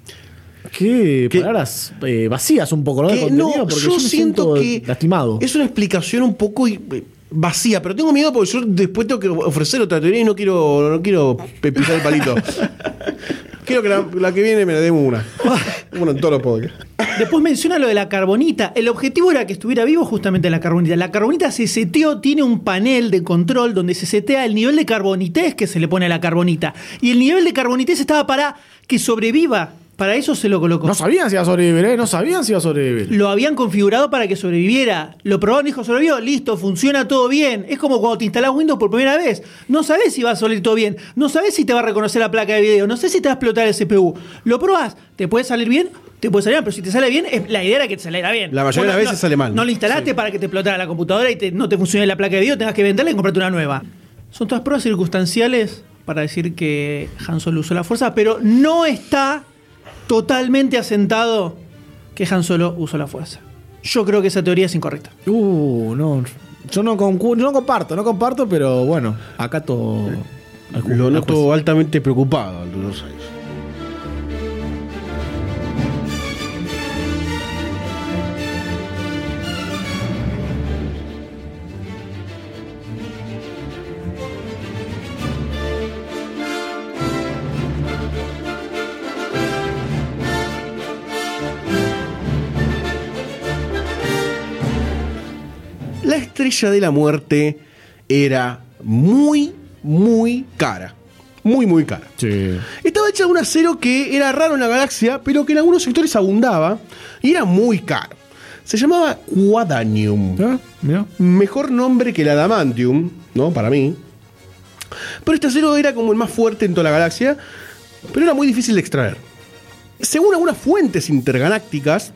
Qué, ¿Qué? palabras eh, vacías un poco, ¿no? De Que contenido, no, porque yo me siento siento que lastimado. es una explicación un poco eh, vacía, pero tengo miedo porque yo después tengo que ofrecer otra teoría y no quiero, no quiero pe- pisar el palito. Quiero que la, la que viene me la demos una. Bueno, en todos los podcasts. Después menciona lo de la carbonita. El objetivo era que estuviera vivo justamente la carbonita. La carbonita se seteó, tiene un panel de control donde se setea el nivel de carbonités que se le pone a la carbonita. Y el nivel de carbonités estaba para que sobreviva. Para eso se lo colocó. No sabían si iba a sobrevivir, ¿eh? No sabían si iba a sobrevivir. Lo habían configurado para que sobreviviera. Lo probaron, dijo, sobrevivió, listo, funciona todo bien. Es como cuando te instalás Windows por primera vez. No sabés si va a salir todo bien. No sabés si te va a reconocer la placa de video. No sé si te va a explotar el C P U. Lo probás, te puede salir bien, te puede salir mal, pero si te sale bien, es- la idea era que te saliera bien. La mayoría de las no- veces sale mal. No lo instalaste para que te explotara la computadora y te- no te funcione la placa de video, tengas que venderla y comprarte una nueva. Son todas pruebas circunstanciales para decir que Han Solo usó la fuerza, pero no está totalmente asentado que Han Solo usó la fuerza. Yo creo que esa teoría es incorrecta. Uh, no. Yo no, concu- yo no comparto, no comparto, pero bueno, acato. al ju- Lo al noto juez. altamente preocupado al doctor Sayus. Estrella de la Muerte era muy, muy cara. Muy, muy cara. Sí. Estaba hecha de un acero que era raro en la galaxia, pero que en algunos sectores abundaba y era muy caro. Se llamaba Quadanium. ¿Ah? Mira. Mejor nombre que el Adamantium, ¿no? Para mí. Pero este acero era como el más fuerte en toda la galaxia, pero era muy difícil de extraer. Según algunas fuentes intergalácticas,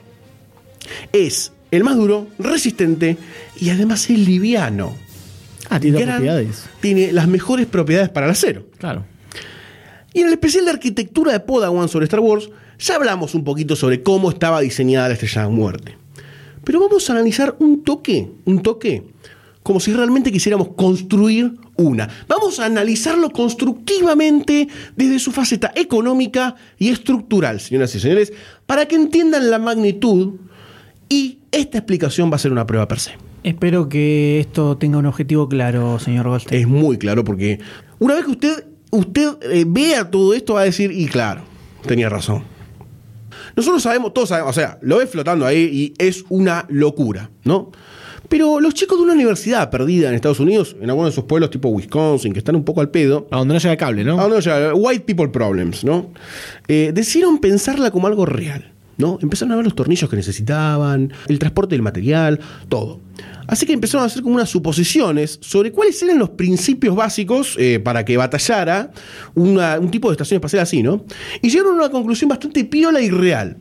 es el más duro, resistente y además es liviano. Ah, tiene dos Gran- propiedades. Tiene las mejores propiedades para el acero. Claro. Y en el especial de arquitectura de Padawan sobre Star Wars, ya hablamos un poquito sobre cómo estaba diseñada la Estrella de la Muerte. Pero vamos a analizar un toque, un toque, como si realmente quisiéramos construir una. Vamos a analizarlo constructivamente desde su faceta económica y estructural, señoras y señores, para que entiendan la magnitud, y esta explicación va a ser una prueba per se. Espero que esto tenga un objetivo claro, señor Goldstein. Es muy claro porque una vez que usted, usted eh, vea todo esto va a decir, y claro, tenía razón. Nosotros sabemos, todos sabemos, o sea, lo ves flotando ahí y es una locura, ¿no? Pero los chicos de una universidad perdida en Estados Unidos, en algunos de esos pueblos tipo Wisconsin, que están un poco al pedo, A donde no llega el cable, ¿no? a donde llega, white people problems, ¿no? Eh, decidieron pensarla como algo real, ¿no? Empezaron a ver los tornillos que necesitaban, el transporte del material, todo. Así que empezaron a hacer como unas suposiciones sobre cuáles eran los principios básicos eh, para que batallara una- un tipo de estación espacial así, ¿no? Y llegaron a una conclusión bastante piola y real.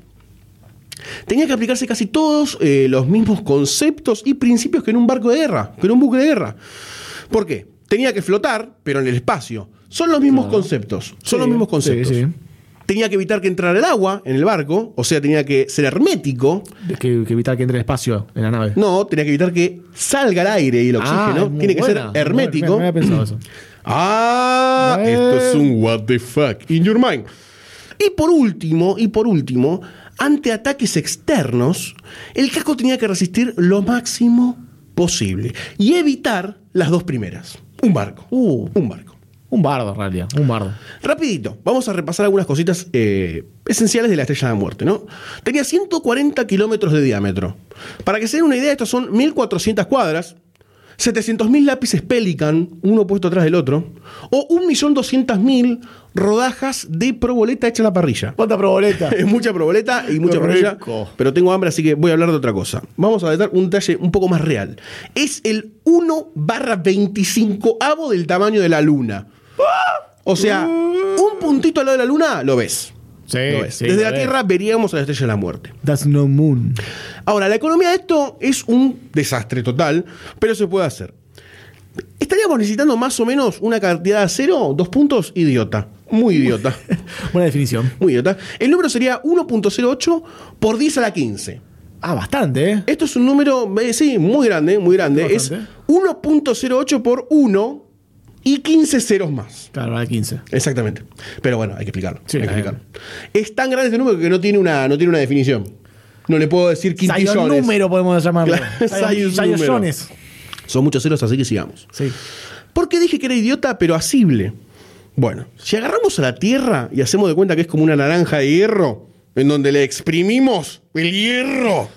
Tenía que aplicarse casi todos eh, los mismos conceptos y principios que en un barco de guerra, que en un buque de guerra. ¿Por qué? Tenía que flotar, pero en el espacio. Son los mismos conceptos. Son Sí, los mismos conceptos. sí, sí. Tenía que evitar que entrara el agua en el barco, o sea, tenía que ser hermético. De que, que evitar que entre el espacio en la nave. No, tenía que evitar que salga el aire y el Ah, oxígeno. es muy Tiene que buena, ser muy hermético. buena. No había pensado eso. Ah, Eh. esto es un what the fuck in your mind. Y por último, y por último, ante ataques externos, el casco tenía que resistir lo máximo posible y evitar las dos primeras. Un barco. Uh. Un barco. Un bardo, en realidad. Un bardo. Rapidito, vamos a repasar algunas cositas eh, esenciales de la Estrella de la Muerte, ¿no? Tenía ciento cuarenta kilómetros de diámetro. Para que se den una idea, estos son mil cuatrocientas cuadras, setecientos mil lápices Pelican, uno puesto atrás del otro, o un millón doscientas mil rodajas de proboleta hecha a la parrilla. ¿Cuánta proboleta? Es mucha proboleta y mucha Qué parrilla, rico. pero tengo hambre, así que voy a hablar de otra cosa. Vamos a dar un detalle un poco más real. Es el uno barra veinticinco avo del tamaño de la luna. O sea, un puntito al lado de la luna, lo ves. Sí, Lo ves. sí, Desde lo la ves. Tierra veríamos a la Estrella de la Muerte. That's no moon. Ahora, la economía de esto es un desastre total, pero se puede hacer. Estaríamos necesitando más o menos una cantidad de acero, dos puntos, idiota. Muy idiota. Buena definición. Muy idiota. El número sería uno punto cero ocho por diez a la quince. Ah, bastante, ¿eh? Esto es un número, eh, sí, muy grande, muy grande. Es Bastante. uno punto cero ocho por uno y quince ceros más. Claro, vale quince. Exactamente. Pero bueno, hay que explicarlo. Sí, hay que hay- explicarlo. Es tan grande este número que no tiene una, no tiene una definición. No le puedo decir Sayon quintillones. número podemos llamarlo. Claro, Sayon Sayon- número. Sayones. Son muchos ceros, así que sigamos. Sí. ¿Por qué dije que era idiota, pero asible? Bueno, si agarramos a la Tierra y hacemos de cuenta que es como una naranja de hierro, en donde le exprimimos el hierro.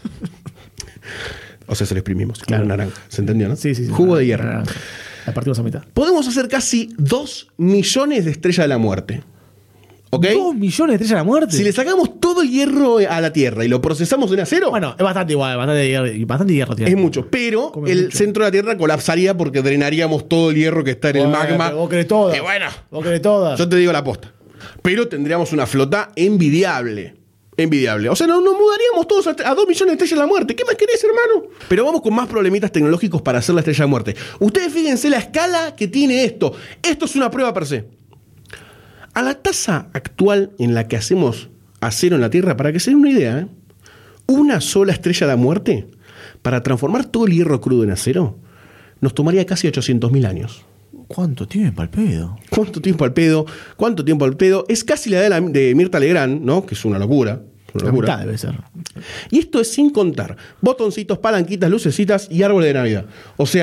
O sea, se lo exprimimos, como Claro. una naranja. ¿Se entendió, no? Sí, sí, sí. Jugo de Ah, hierro. ah, La partimos a mitad. Podemos hacer casi dos millones de estrellas de la muerte. ¿Ok? ¿Dos millones de estrellas de la muerte? Si le sacamos todo el hierro a la Tierra y lo procesamos en acero, Bueno, es bastante igual, bastante hierro, bastante hierro tiene. es mucho. Pero Come el mucho. centro de la Tierra colapsaría porque drenaríamos todo el hierro que está en el Bueno, magma. pero vos querés todas. Y bueno, Vos querés todas. yo te digo la posta. Pero tendríamos una flota envidiable. Envidiable. O sea, no- nos mudaríamos todos a, a dos millones de estrellas de la muerte. ¿Qué más querés, hermano? Pero vamos con más problemitas tecnológicos para hacer la estrella de la muerte. Ustedes fíjense la escala que tiene esto. Esto es una prueba per se. A la tasa actual en la que hacemos acero en la Tierra, para que se den una idea, ¿eh? Una sola estrella de la muerte, para transformar todo el hierro crudo en acero, nos tomaría casi ochocientos mil años. ¿Cuánto tiempo al pedo? ¿Cuánto tiempo al pedo? ¿Cuánto tiempo al pedo? Es casi la de, la, de Mirta Legrand, ¿no? Que es una locura. Una La locura. mitad debe ser. Y esto es sin contar botoncitos, palanquitas, lucecitas y árbol de Navidad. O sea,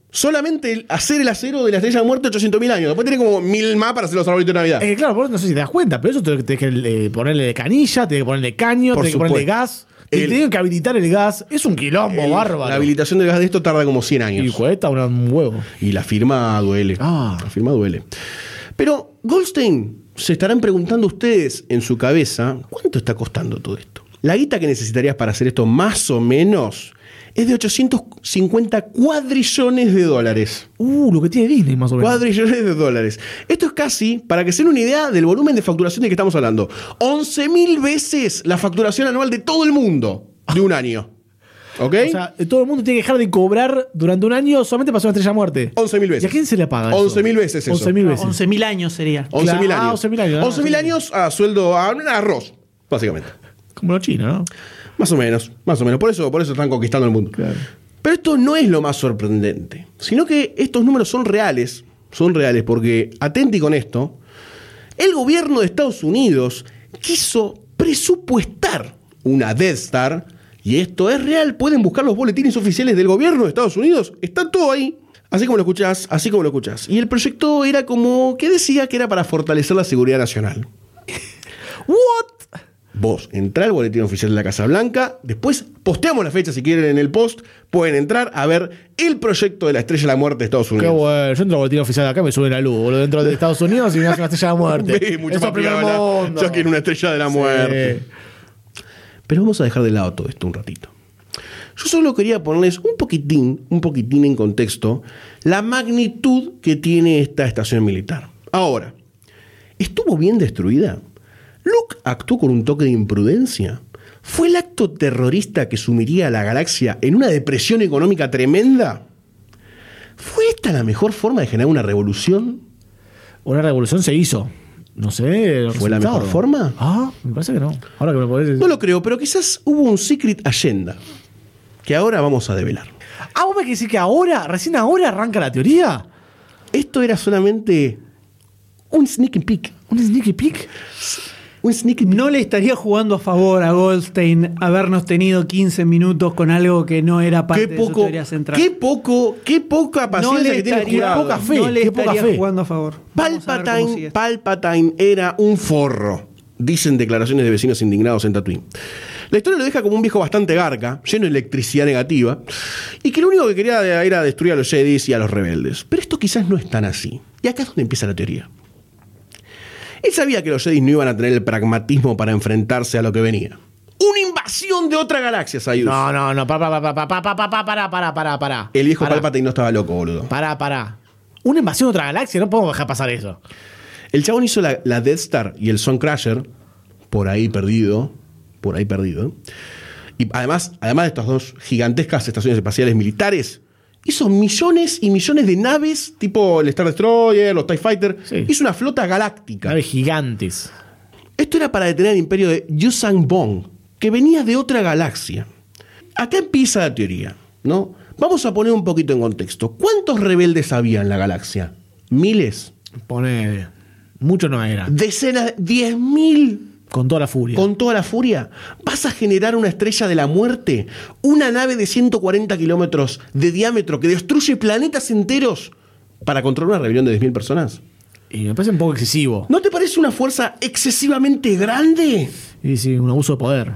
Solamente el hacer el acero de la Estrella de la Muerte ochocientos mil años. Después tiene como mil más para hacer los arbolitos de Navidad. Es que claro, vos no sé si te das cuenta, pero eso tenés que eh, ponerle de canilla, tenés que ponerle caño, Por tenés que ponerle supuesto. gas. Te El- tienen que habilitar el gas. Es un quilombo El- bárbaro. La habilitación del gas de esto tarda como cien Y años. cuesta una- un huevo. Y la firma duele. Ah. La firma duele. Pero Goldstein, se estarán preguntando ustedes en su cabeza, ¿cuánto está costando todo esto? La guita que necesitarías para hacer esto más o menos es de ochocientos cincuenta cuadrillones de dólares. Uh, lo que tiene Disney más o menos. Cuadrillones de dólares. Esto es casi, para que se den una idea del volumen de facturación de que estamos hablando, once mil veces la facturación anual de todo el mundo de un año. ¿Ok? O sea, todo el mundo tiene que dejar de cobrar durante un año solamente para hacer una estrella de muerte. once mil veces. ¿Y a quién se le paga eso? once mil veces eso. once mil veces. once mil años sería. once mil Claro, años. ah, once mil años, ah, once mil años a sueldo, a un arroz, básicamente. Como los chinos, ¿no? Más o menos, más o menos. Por eso, por eso están conquistando el mundo. Claro. Pero esto no es lo más sorprendente, sino que estos números son reales, son reales porque, atenti con esto, el gobierno de Estados Unidos quiso presupuestar una Death Star, y esto es real, pueden buscar los boletines oficiales del gobierno de Estados Unidos, está todo ahí, así como lo escuchás, así como lo escuchás. Y el proyecto era como que decía que era para fortalecer la seguridad nacional. ¿What? Vos entrá al boletín oficial de la Casa Blanca, después posteamos la fecha si quieren en el post, pueden entrar a ver el proyecto de la Estrella de la Muerte de Estados Unidos. Qué bueno. Yo entro al boletín oficial de acá, me sube la luz, boludo. Dentro de Estados Unidos y me hace una estrella de muerte. Ve, mucho Eso más primer piola. mundo. Yo quiero una Estrella de la Muerte. Sí. Pero vamos a dejar de lado todo esto un ratito. Yo solo quería ponerles un poquitín, un poquitín en contexto, la magnitud que tiene esta estación militar. Ahora, ¿estuvo bien destruida? ¿Luke actuó con un toque de imprudencia? ¿Fue el acto terrorista que sumiría a la galaxia en una depresión económica tremenda? ¿Fue esta la mejor forma de generar una revolución? Una revolución se hizo. No sé. el ¿Fue la resultado. mejor forma? Ah, me parece que no. Ahora que me podés. No lo creo, pero quizás hubo un secret agenda que ahora vamos a develar. Ah, vos me querés decir que ahora, recién ahora arranca la teoría. Esto era solamente un sneak peek. ¿Un sneaky peek? Un sneak peek. No le estaría jugando a favor a Goldstein habernos tenido quince minutos con algo que no era parte Qué de su poco, teoría central. qué poco, qué poca no paciencia le que tiene el estaría, jurado. poca fe, no le qué poca estaría fe. jugando a favor. Vamos a ver cómo Palpatine, sigue. Palpatine era un forro, dicen declaraciones de vecinos indignados en Tatooine. La historia lo deja como un viejo bastante garca, lleno de electricidad negativa, y que lo único que quería era destruir a los Jedis y a los rebeldes. Pero esto quizás no es tan así. Y acá es donde empieza la teoría. Él sabía que los Jedis no iban a tener el pragmatismo para enfrentarse a lo que venía. ¡Una invasión de otra galaxia, Sayus! No, no, no. Para, para, para, para, para, para, para, para, para. El viejo Pará. Palpatine no estaba loco, boludo. Para, para. Una invasión de otra galaxia, no podemos dejar pasar eso. El chabón hizo la, la Death Star y el Suncrusher, por ahí perdido, por ahí perdido. Y además, además de estas dos gigantescas estaciones espaciales militares, hizo millones y millones de naves, tipo el Star Destroyer, los TIE Fighter. Sí. Hizo una flota galáctica. Naves gigantes. Esto era para detener el imperio de Yuuzhan Vong, que venía de otra galaxia. Acá empieza la teoría, ¿no? Vamos a poner un poquito en contexto. ¿Cuántos rebeldes había en la galaxia? ¿Miles? Pone. Mucho no era. ¿Decenas? ¿Diez mil? Con toda la furia. Con toda la furia, ¿vas a generar una estrella de la muerte? Una nave de ciento cuarenta kilómetros de diámetro que destruye planetas enteros para controlar una rebelión de diez mil personas. Y me parece un poco excesivo. ¿No te parece una fuerza excesivamente grande? Y sí, un abuso de poder.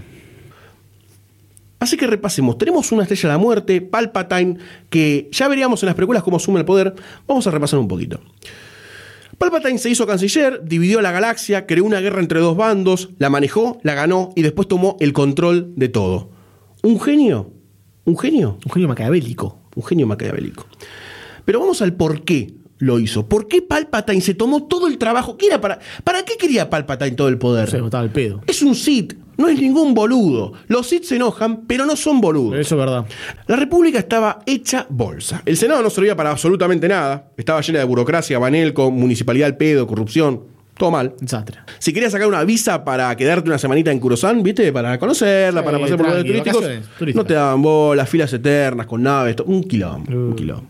Así que repasemos. Tenemos una estrella de la muerte, Palpatine, que ya veríamos en las precuelas cómo asume el poder. Vamos a repasar un poquito. Palpatine se hizo canciller, dividió la galaxia, creó una guerra entre dos bandos, la manejó, la ganó y después tomó el control de todo. ¿Un genio? ¿Un genio? Un genio maquiavélico. Un genio maquiavélico. Pero vamos al por qué lo hizo. ¿Por qué Palpatine se tomó todo el trabajo? ¿Qué era para, ¿Para qué quería Palpatine todo el poder? Se botaba el pedo. Es un Sith, no es ningún boludo. Los Sith se enojan, pero no son boludos. Eso es verdad. La República estaba hecha bolsa. El Senado no servía para absolutamente nada. Estaba llena de burocracia, banelco, municipalidad al pedo, corrupción. Todo mal. Desastre. Si querías sacar una visa para quedarte una semanita en Coruscant, ¿viste? Para conocerla, Sí, para pasar por lugares tranqui, turísticos, vacaciones, turísticas. no te daban bolas, filas eternas con naves, to- un quilombo, un quilombo, un quilombo.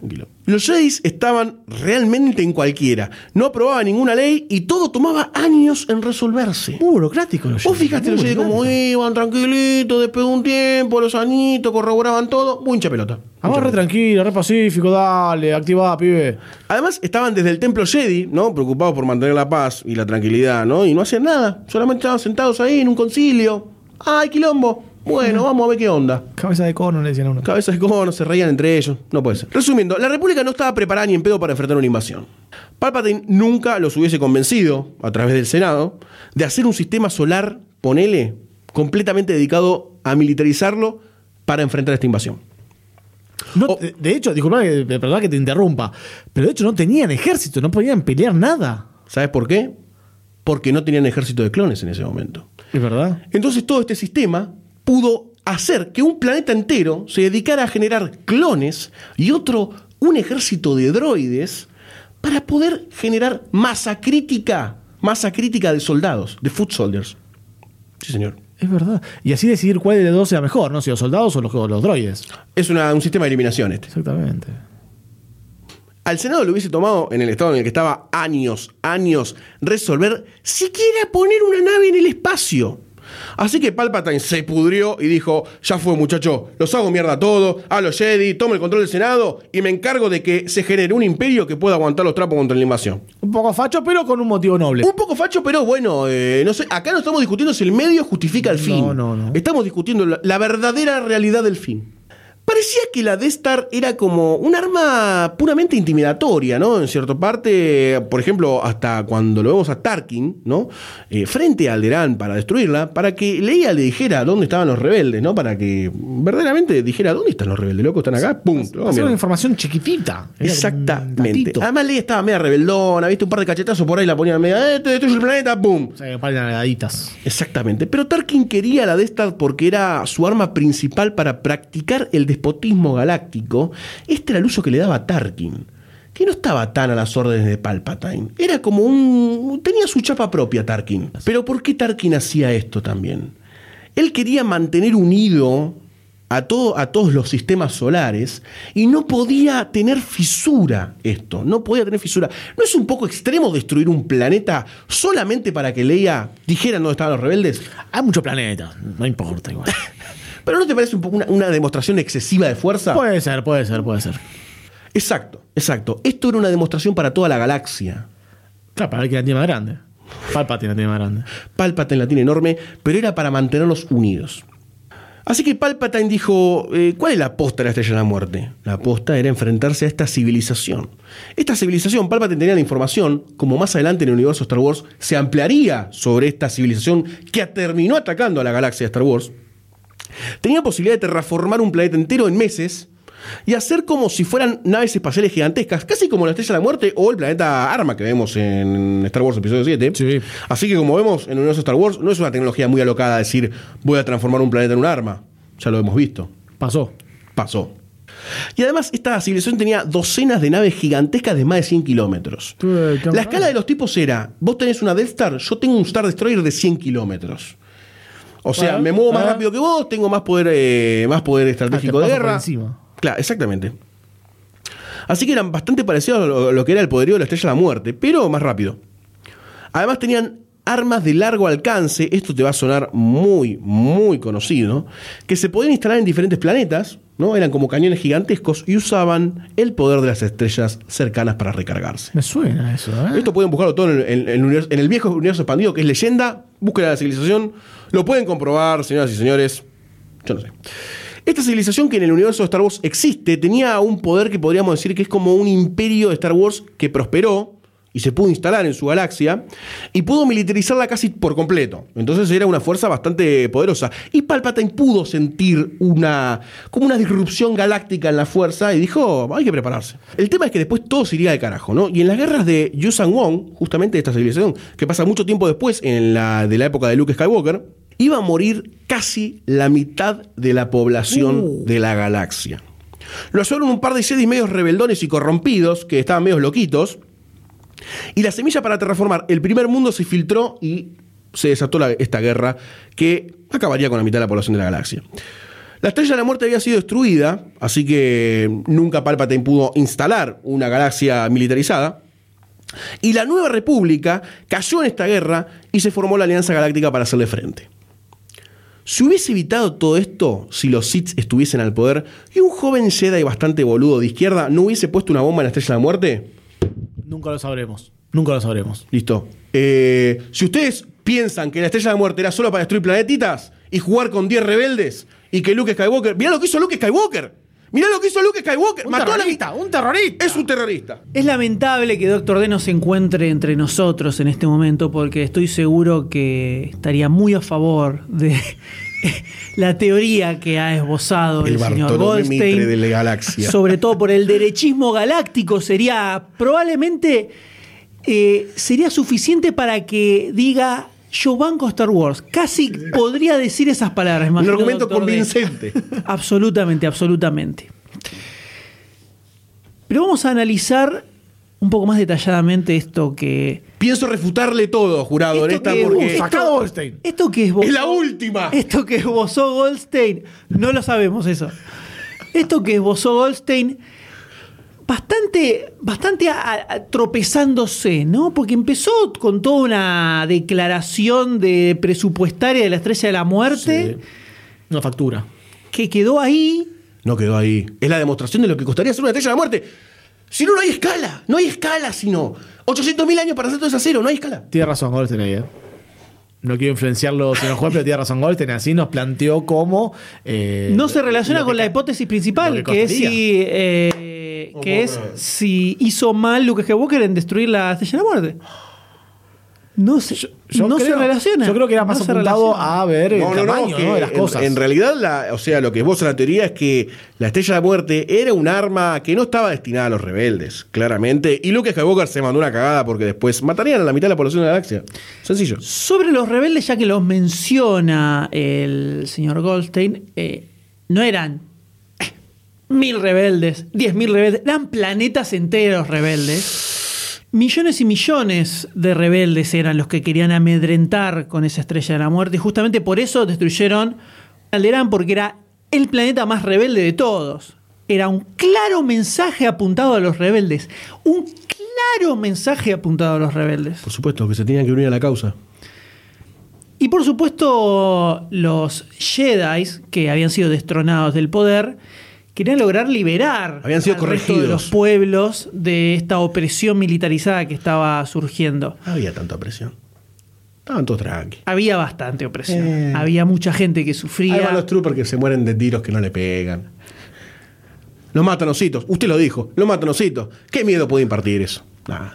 Los Jedis estaban realmente en cualquiera. No aprobaban ninguna ley y todo tomaba años en resolverse. Muy burocrático los Vos Jedi, fíjate muy los Jedi como burocrático. iban tranquilitos, después de un tiempo, los añitos, corroboraban todo. Muy hincha pelota. Vamos re tranquilo, re pacífico, dale, activá, pibe. Además, estaban desde el templo Jedi, ¿no? Preocupados por mantener la paz y la tranquilidad, ¿no? Y no hacían nada. Solamente estaban sentados ahí en un concilio. ¡Ay, quilombo! Bueno, vamos a ver qué onda. Cabeza de cono, le decían a uno. Cabezas de cono, se reían entre ellos. No puede ser. Resumiendo, la República no estaba preparada ni en pedo para enfrentar una invasión. Palpatine nunca los hubiese convencido, a través del Senado, de hacer un sistema solar, ponele, completamente dedicado a militarizarlo para enfrentar esta invasión. No, Oh. de, de hecho, disculpa que, perdón que te interrumpa, pero de hecho no tenían ejército, no podían pelear nada. ¿Sabes por qué? Porque no tenían ejército de clones en ese momento. ¿Es verdad? Entonces todo este sistema pudo hacer que un planeta entero se dedicara a generar clones y otro un ejército de droides para poder generar masa crítica, masa crítica de soldados, de foot soldiers. Sí, señor. Es verdad. Y así decidir cuál de los dos sea mejor, ¿no? Si los soldados o los, o los droides. Es una- un sistema de eliminación este. Exactamente. Al Senado le hubiese tomado, en el estado en el que estaba, años, años, resolver siquiera poner una nave en el espacio. Así que Palpatine se pudrió y dijo, ya fue muchacho, los hago mierda a todos, a los Jedi, tomo el control del Senado y me encargo de que se genere un imperio que pueda aguantar los trapos contra la invasión. Un poco facho, pero con un motivo noble. Un poco facho, pero bueno, eh, no sé, acá no estamos discutiendo si el medio justifica el fin. No, no, no. Estamos discutiendo la, la verdadera realidad del fin. Parecía que la Death Star era como un arma puramente intimidatoria, ¿no? En cierta parte, por ejemplo, hasta cuando lo vemos a Tarkin, ¿no? Eh, frente a Alderaan para destruirla, para que Leia le dijera dónde estaban los rebeldes, ¿no? Para que verdaderamente dijera dónde están los rebeldes, loco, están acá, pum. Hacer Oh, una mierda. información chiquitita. Era como un Exactamente. datito. Además Leia estaba media rebeldona, viste un par de cachetazos por ahí, la ponían media, eh, te destruye el planeta, pum. O sea, que paren nalgaditas. Exactamente, pero Tarkin quería la Death Star porque era su arma principal para practicar el despotismo galáctico. Este era el uso que le daba Tarkin, que no estaba tan a las órdenes de Palpatine. Era como un... tenía su chapa propia Tarkin. Pero ¿por qué Tarkin hacía esto también? Él quería mantener unido a, todo, a todos los sistemas solares y no podía tener fisura esto, no podía tener fisura. ¿No es un poco extremo destruir un planeta solamente para que Leia dijera dónde estaban los rebeldes? Hay muchos planetas, no importa igual. ¿Pero no te parece un poco una, una demostración excesiva de fuerza? Puede ser, puede ser, puede ser. Exacto, exacto. Esto era una demostración para toda la galaxia. Claro, para ver quién la tiene más grande. Palpatine la tiene más grande. Palpatine la tiene enorme, pero era para mantenerlos unidos. Así que Palpatine dijo, eh, ¿cuál es la aposta de la Estrella de la Muerte? La aposta era enfrentarse a esta civilización. Esta civilización, Palpatine tenía la información, como más adelante en el universo Star Wars se ampliaría sobre esta civilización que terminó atacando a la galaxia de Star Wars. Tenía posibilidad de terraformar un planeta entero en meses y hacer como si fueran naves espaciales gigantescas, casi como la Estrella de la Muerte o el planeta Arma que vemos en Star Wars Episodio siete. Sí. Así que como vemos en el universo Star Wars, no es una tecnología muy alocada decir voy a transformar un planeta en un arma. Ya lo hemos visto. Pasó. Pasó. Y además esta civilización tenía docenas de naves gigantescas de más de cien kilómetros. Eh, qué La escala raro. de los tipos era, vos tenés una Death Star, yo tengo un Star Destroyer de cien kilómetros. O sea, Bueno, me muevo más eh. rápido que vos, tengo más poder, eh, más poder estratégico Ah, te de paso por guerra. encima. Claro, exactamente. Así que eran bastante parecidos a lo, lo que era el poderío de la Estrella de la Muerte, pero más rápido. Además tenían armas de largo alcance, esto te va a sonar muy, muy conocido, que se podían instalar en diferentes planetas, ¿no? Eran como cañones gigantescos y usaban el poder de las estrellas cercanas para recargarse. Me suena eso, ¿eh? Esto pueden buscarlo todo en el, en el universo- en el viejo universo expandido, que es leyenda. Busquen a la civilización. Lo pueden comprobar, señoras y señores. Yo no sé. Esta civilización que en el universo de Star Wars existe, tenía un poder que podríamos decir que es como un imperio de Star Wars que prosperó y se pudo instalar en su galaxia y pudo militarizarla casi por completo. Entonces era una fuerza bastante poderosa. Y Palpatine pudo sentir una como una disrupción galáctica en la fuerza y dijo, hay que prepararse. El tema es que después todo se iría de carajo, ¿no? Y en las guerras de Yuuzhan Vong, justamente esta civilización, que pasa mucho tiempo después en la, de la época de Luke Skywalker, iba a morir casi la mitad de la población Uh. de la galaxia. Lo ayudaron un par de Jedi medios rebeldones y corrompidos, que estaban medios loquitos, y la semilla para terraformar el primer mundo se filtró y se desató la- esta guerra que acabaría con la mitad de la población de la galaxia. La Estrella de la Muerte había sido destruida, así que nunca Palpatine pudo instalar una galaxia militarizada. Y la Nueva República cayó en esta guerra y se formó la Alianza Galáctica para hacerle frente. ¿Se hubiese evitado todo esto si los Sith estuviesen al poder y un joven Jedi bastante boludo de izquierda no hubiese puesto una bomba en la Estrella de la Muerte? Nunca lo sabremos. Nunca lo sabremos. Listo. Eh, si ustedes piensan que la Estrella de la Muerte era solo para destruir planetitas y jugar con diez rebeldes y que Luke Skywalker... Mirá lo que hizo Luke Skywalker. Mirá lo que hizo Luke Skywalker. Un Mató terrorista, a la... un terrorista. Es un terrorista. Es lamentable que Doctor D no se encuentre entre nosotros en este momento porque estoy seguro que estaría muy a favor de la teoría que ha esbozado el, El señor Bartolomé Mitre Goldstein. de la galaxia. Sobre todo por el derechismo galáctico. Sería probablemente eh, sería suficiente para que diga yo banco Star Wars. Casi podría decir esas palabras. Un imagino, argumento Doctor D. convincente. Absolutamente, absolutamente. Pero vamos a analizar un poco más detalladamente esto que... Pienso refutarle todo, jurado, en Esto esta que- porque... esto- Sacado Goldstein. Esto que esbozó, ¡Es la última! Esto que esbozó Goldstein, no lo sabemos eso. Esto que esbozó Goldstein, bastante, bastante a- a- tropezándose, ¿no? Porque empezó con toda una declaración de presupuestaria de la Estrella de la Muerte, Sí. Una factura. que quedó ahí. No quedó ahí. Es la demostración de lo que costaría hacer una Estrella de la Muerte. Si no, no hay escala. No hay escala, sino. ochocientos mil años para hacer todo ese acero. No hay escala. Tiene razón Goldstein ahí, ¿eh? No quiero influenciarlo, señor juez, pero tiene razón Goldstein. Así nos planteó cómo... eh, No se relaciona lo que con la ca- hipótesis principal, lo que que, es costaría. si, eh, que es si hizo mal Luke Skywalker en destruir la Estrella de la Muerte. No se, Yo no creo- se relaciona. Yo creo que era más No se apuntado relaciona. a ver el No, no, no, tamaño, que ¿no? de las en- cosas. En, realidad, la, o sea, lo que esboza la teoría es que la Estrella de la Muerte era un arma que no estaba destinada a los rebeldes, claramente. Y Luke Skywalker se mandó una cagada porque después matarían a la mitad de la población de la galaxia. Sencillo. Sobre los rebeldes, ya que los menciona el señor Goldstein, eh, no eran eh, mil rebeldes, diez mil rebeldes, eran planetas enteros rebeldes. Millones y millones de rebeldes eran los que querían amedrentar con esa Estrella de la Muerte y justamente por eso destruyeron Alderaan, porque era el planeta más rebelde de todos. Era un claro mensaje apuntado a los rebeldes. Un claro mensaje apuntado a los rebeldes. Por supuesto, que se tenían que unir a la causa. Y por supuesto, los Jedi, que habían sido destronados del poder, querían lograr liberar Habían sido al resto de corregidos. los pueblos de esta opresión militarizada que estaba surgiendo. No había tanta presión. Estaban todos tranqui. Había bastante opresión. Eh. Había mucha gente que Ahí sufría. van los troopers que se mueren de tiros que no le pegan. Los matan ositos. Usted lo dijo. Los matan ositos. ¿Qué miedo puede impartir eso? Nada.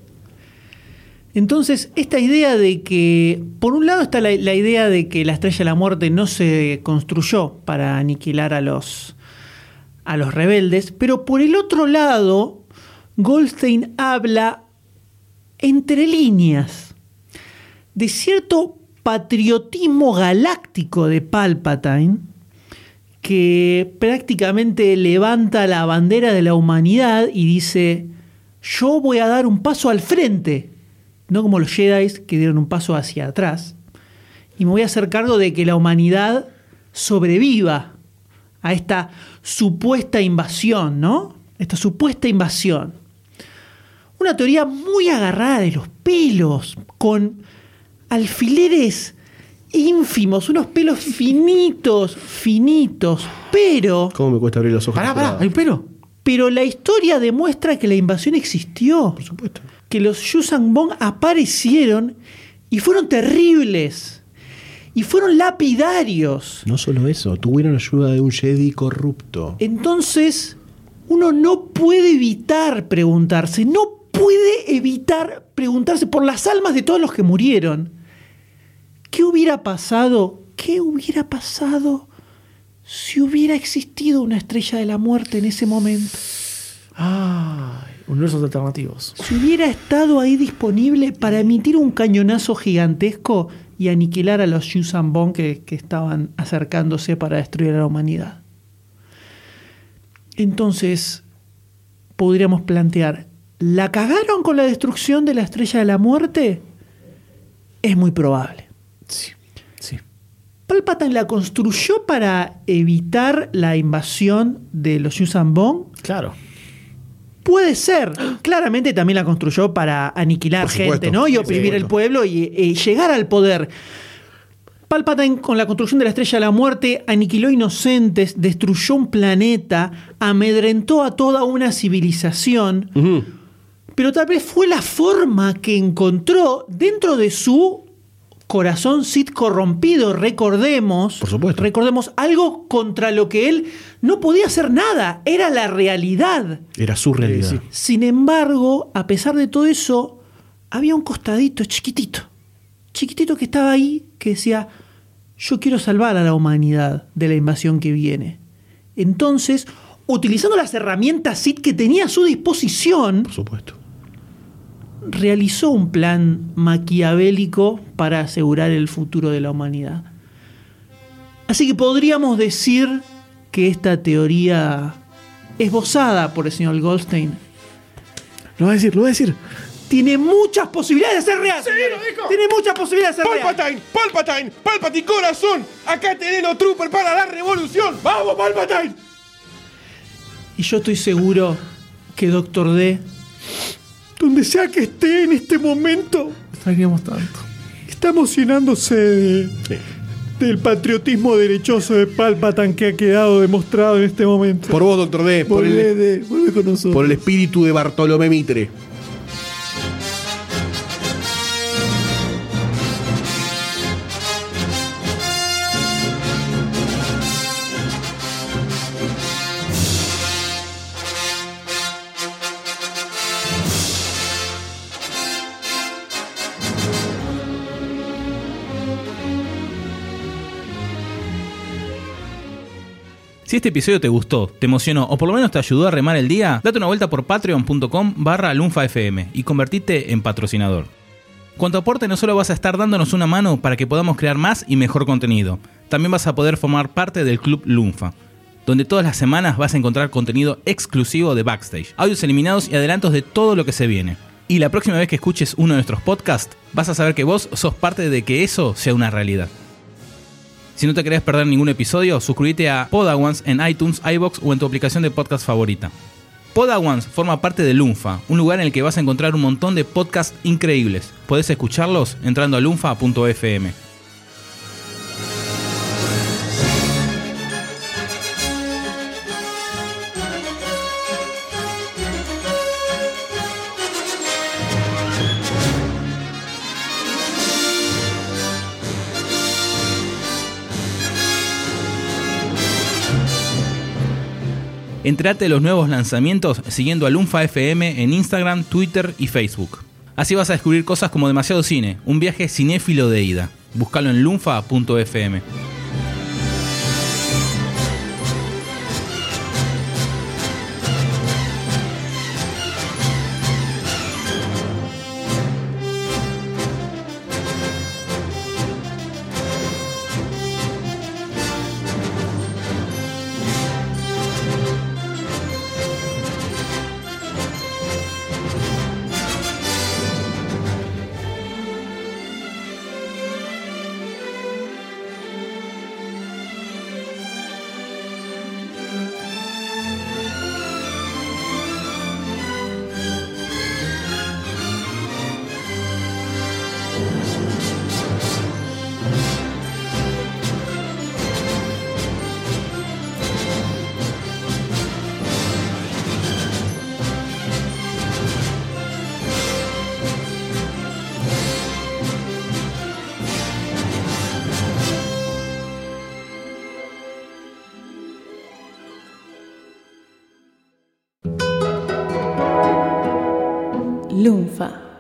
Entonces, esta idea de que, por un lado está la, la idea de que la Estrella de la Muerte no se construyó para aniquilar a los, a los rebeldes, pero por el otro lado, Goldstein habla entre líneas de cierto patriotismo galáctico de Palpatine que prácticamente levanta la bandera de la humanidad y dice: yo voy a dar un paso al frente, no como los Jedi que dieron un paso hacia atrás, y me voy a hacer cargo de que la humanidad sobreviva a esta supuesta invasión, ¿no? Esta supuesta invasión. Una teoría muy agarrada de los pelos, con alfileres ínfimos, unos pelos finitos, finitos, pero... ¿Cómo me cuesta abrir los ojos? Pará, pará, hay un pelo. Pero la historia demuestra que la invasión existió. Por supuesto. Que los Yuuzhan Vong aparecieron y fueron terribles. Y fueron lapidarios. No solo eso, tuvieron ayuda de un Jedi corrupto. Entonces, uno no puede evitar preguntarse, no puede evitar preguntarse por las almas de todos los que murieron. ¿Qué hubiera pasado? ¿Qué hubiera pasado si hubiera existido una Estrella de la Muerte en ese momento? Ay, universos alternativos. Si hubiera estado ahí disponible para emitir un cañonazo gigantesco y aniquilar a los Yuuzhan Vong que, que estaban acercándose para destruir a la humanidad. Entonces, podríamos plantear, ¿la cagaron con la destrucción de la Estrella de la Muerte? Es muy probable. Sí, sí. Palpatine la construyó para evitar la invasión de los Yuuzhan Vong. Claro. Puede ser. Claramente también la construyó para aniquilar Por supuesto, gente, ¿no? Y sí, oprimir sí, el pueblo y, y llegar al poder. Palpatine, con la construcción de la Estrella de la Muerte, aniquiló inocentes, destruyó un planeta, amedrentó a toda una civilización. Ujú. Pero tal vez fue la forma que encontró dentro de su corazón Sith corrompido, recordemos. Por supuesto. Recordemos algo contra lo que él no podía hacer nada. Era la realidad. Era su realidad. Sí, sí. Sin embargo, a pesar de todo eso, había un costadito chiquitito. Chiquitito que estaba ahí, que decía, yo quiero salvar a la humanidad de la invasión que viene. Entonces, utilizando las herramientas Sith que tenía a su disposición, Por supuesto. realizó un plan maquiavélico para asegurar el futuro de la humanidad. Así que podríamos decir que esta teoría esbozada por el señor Goldstein Lo va a decir, lo va a decir. tiene muchas posibilidades de ser real. Sí, señores. lo dijo. Tiene muchas posibilidades de ser real. Palpatine, Palpatine, Palpatine corazón. Acá tenés los troopers para la revolución. ¡Vamos, Palpatine! Y yo estoy seguro que Doctor D, donde sea que esté en este momento, Extrañamos tanto. está emocionándose de- Sí. del patriotismo derechoso de Palpatine que ha quedado demostrado en este momento. Por vos, Doctor D. Por Volvé, el, de- volvé con nosotros. por el espíritu de Bartolomé Mitre. Si este episodio te gustó, te emocionó o por lo menos te ayudó a remar el día, date una vuelta por patreon.com barra lunfafm y convertite en patrocinador. Con tu aporte no solo vas a estar dándonos una mano para que podamos crear más y mejor contenido, también vas a poder formar parte del Club Lunfa, donde todas las semanas vas a encontrar contenido exclusivo de Backstage, audios eliminados y adelantos de todo lo que se viene. Y la próxima vez que escuches uno de nuestros podcasts, vas a saber que vos sos parte de que eso sea una realidad. Si no te querés perder ningún episodio, suscríbete a Podawans en iTunes, iVoox o en tu aplicación de podcast favorita. Podawans forma parte de Lunfa, un lugar en el que vas a encontrar un montón de podcasts increíbles. Podés escucharlos entrando a lunfa punto f m. Entrate a los nuevos lanzamientos siguiendo a Lunfa F M en Instagram, Twitter y Facebook. Así vas a descubrir cosas como Demasiado Cine, un viaje cinéfilo de ida. Búscalo en lunfa punto f m. Lunfa.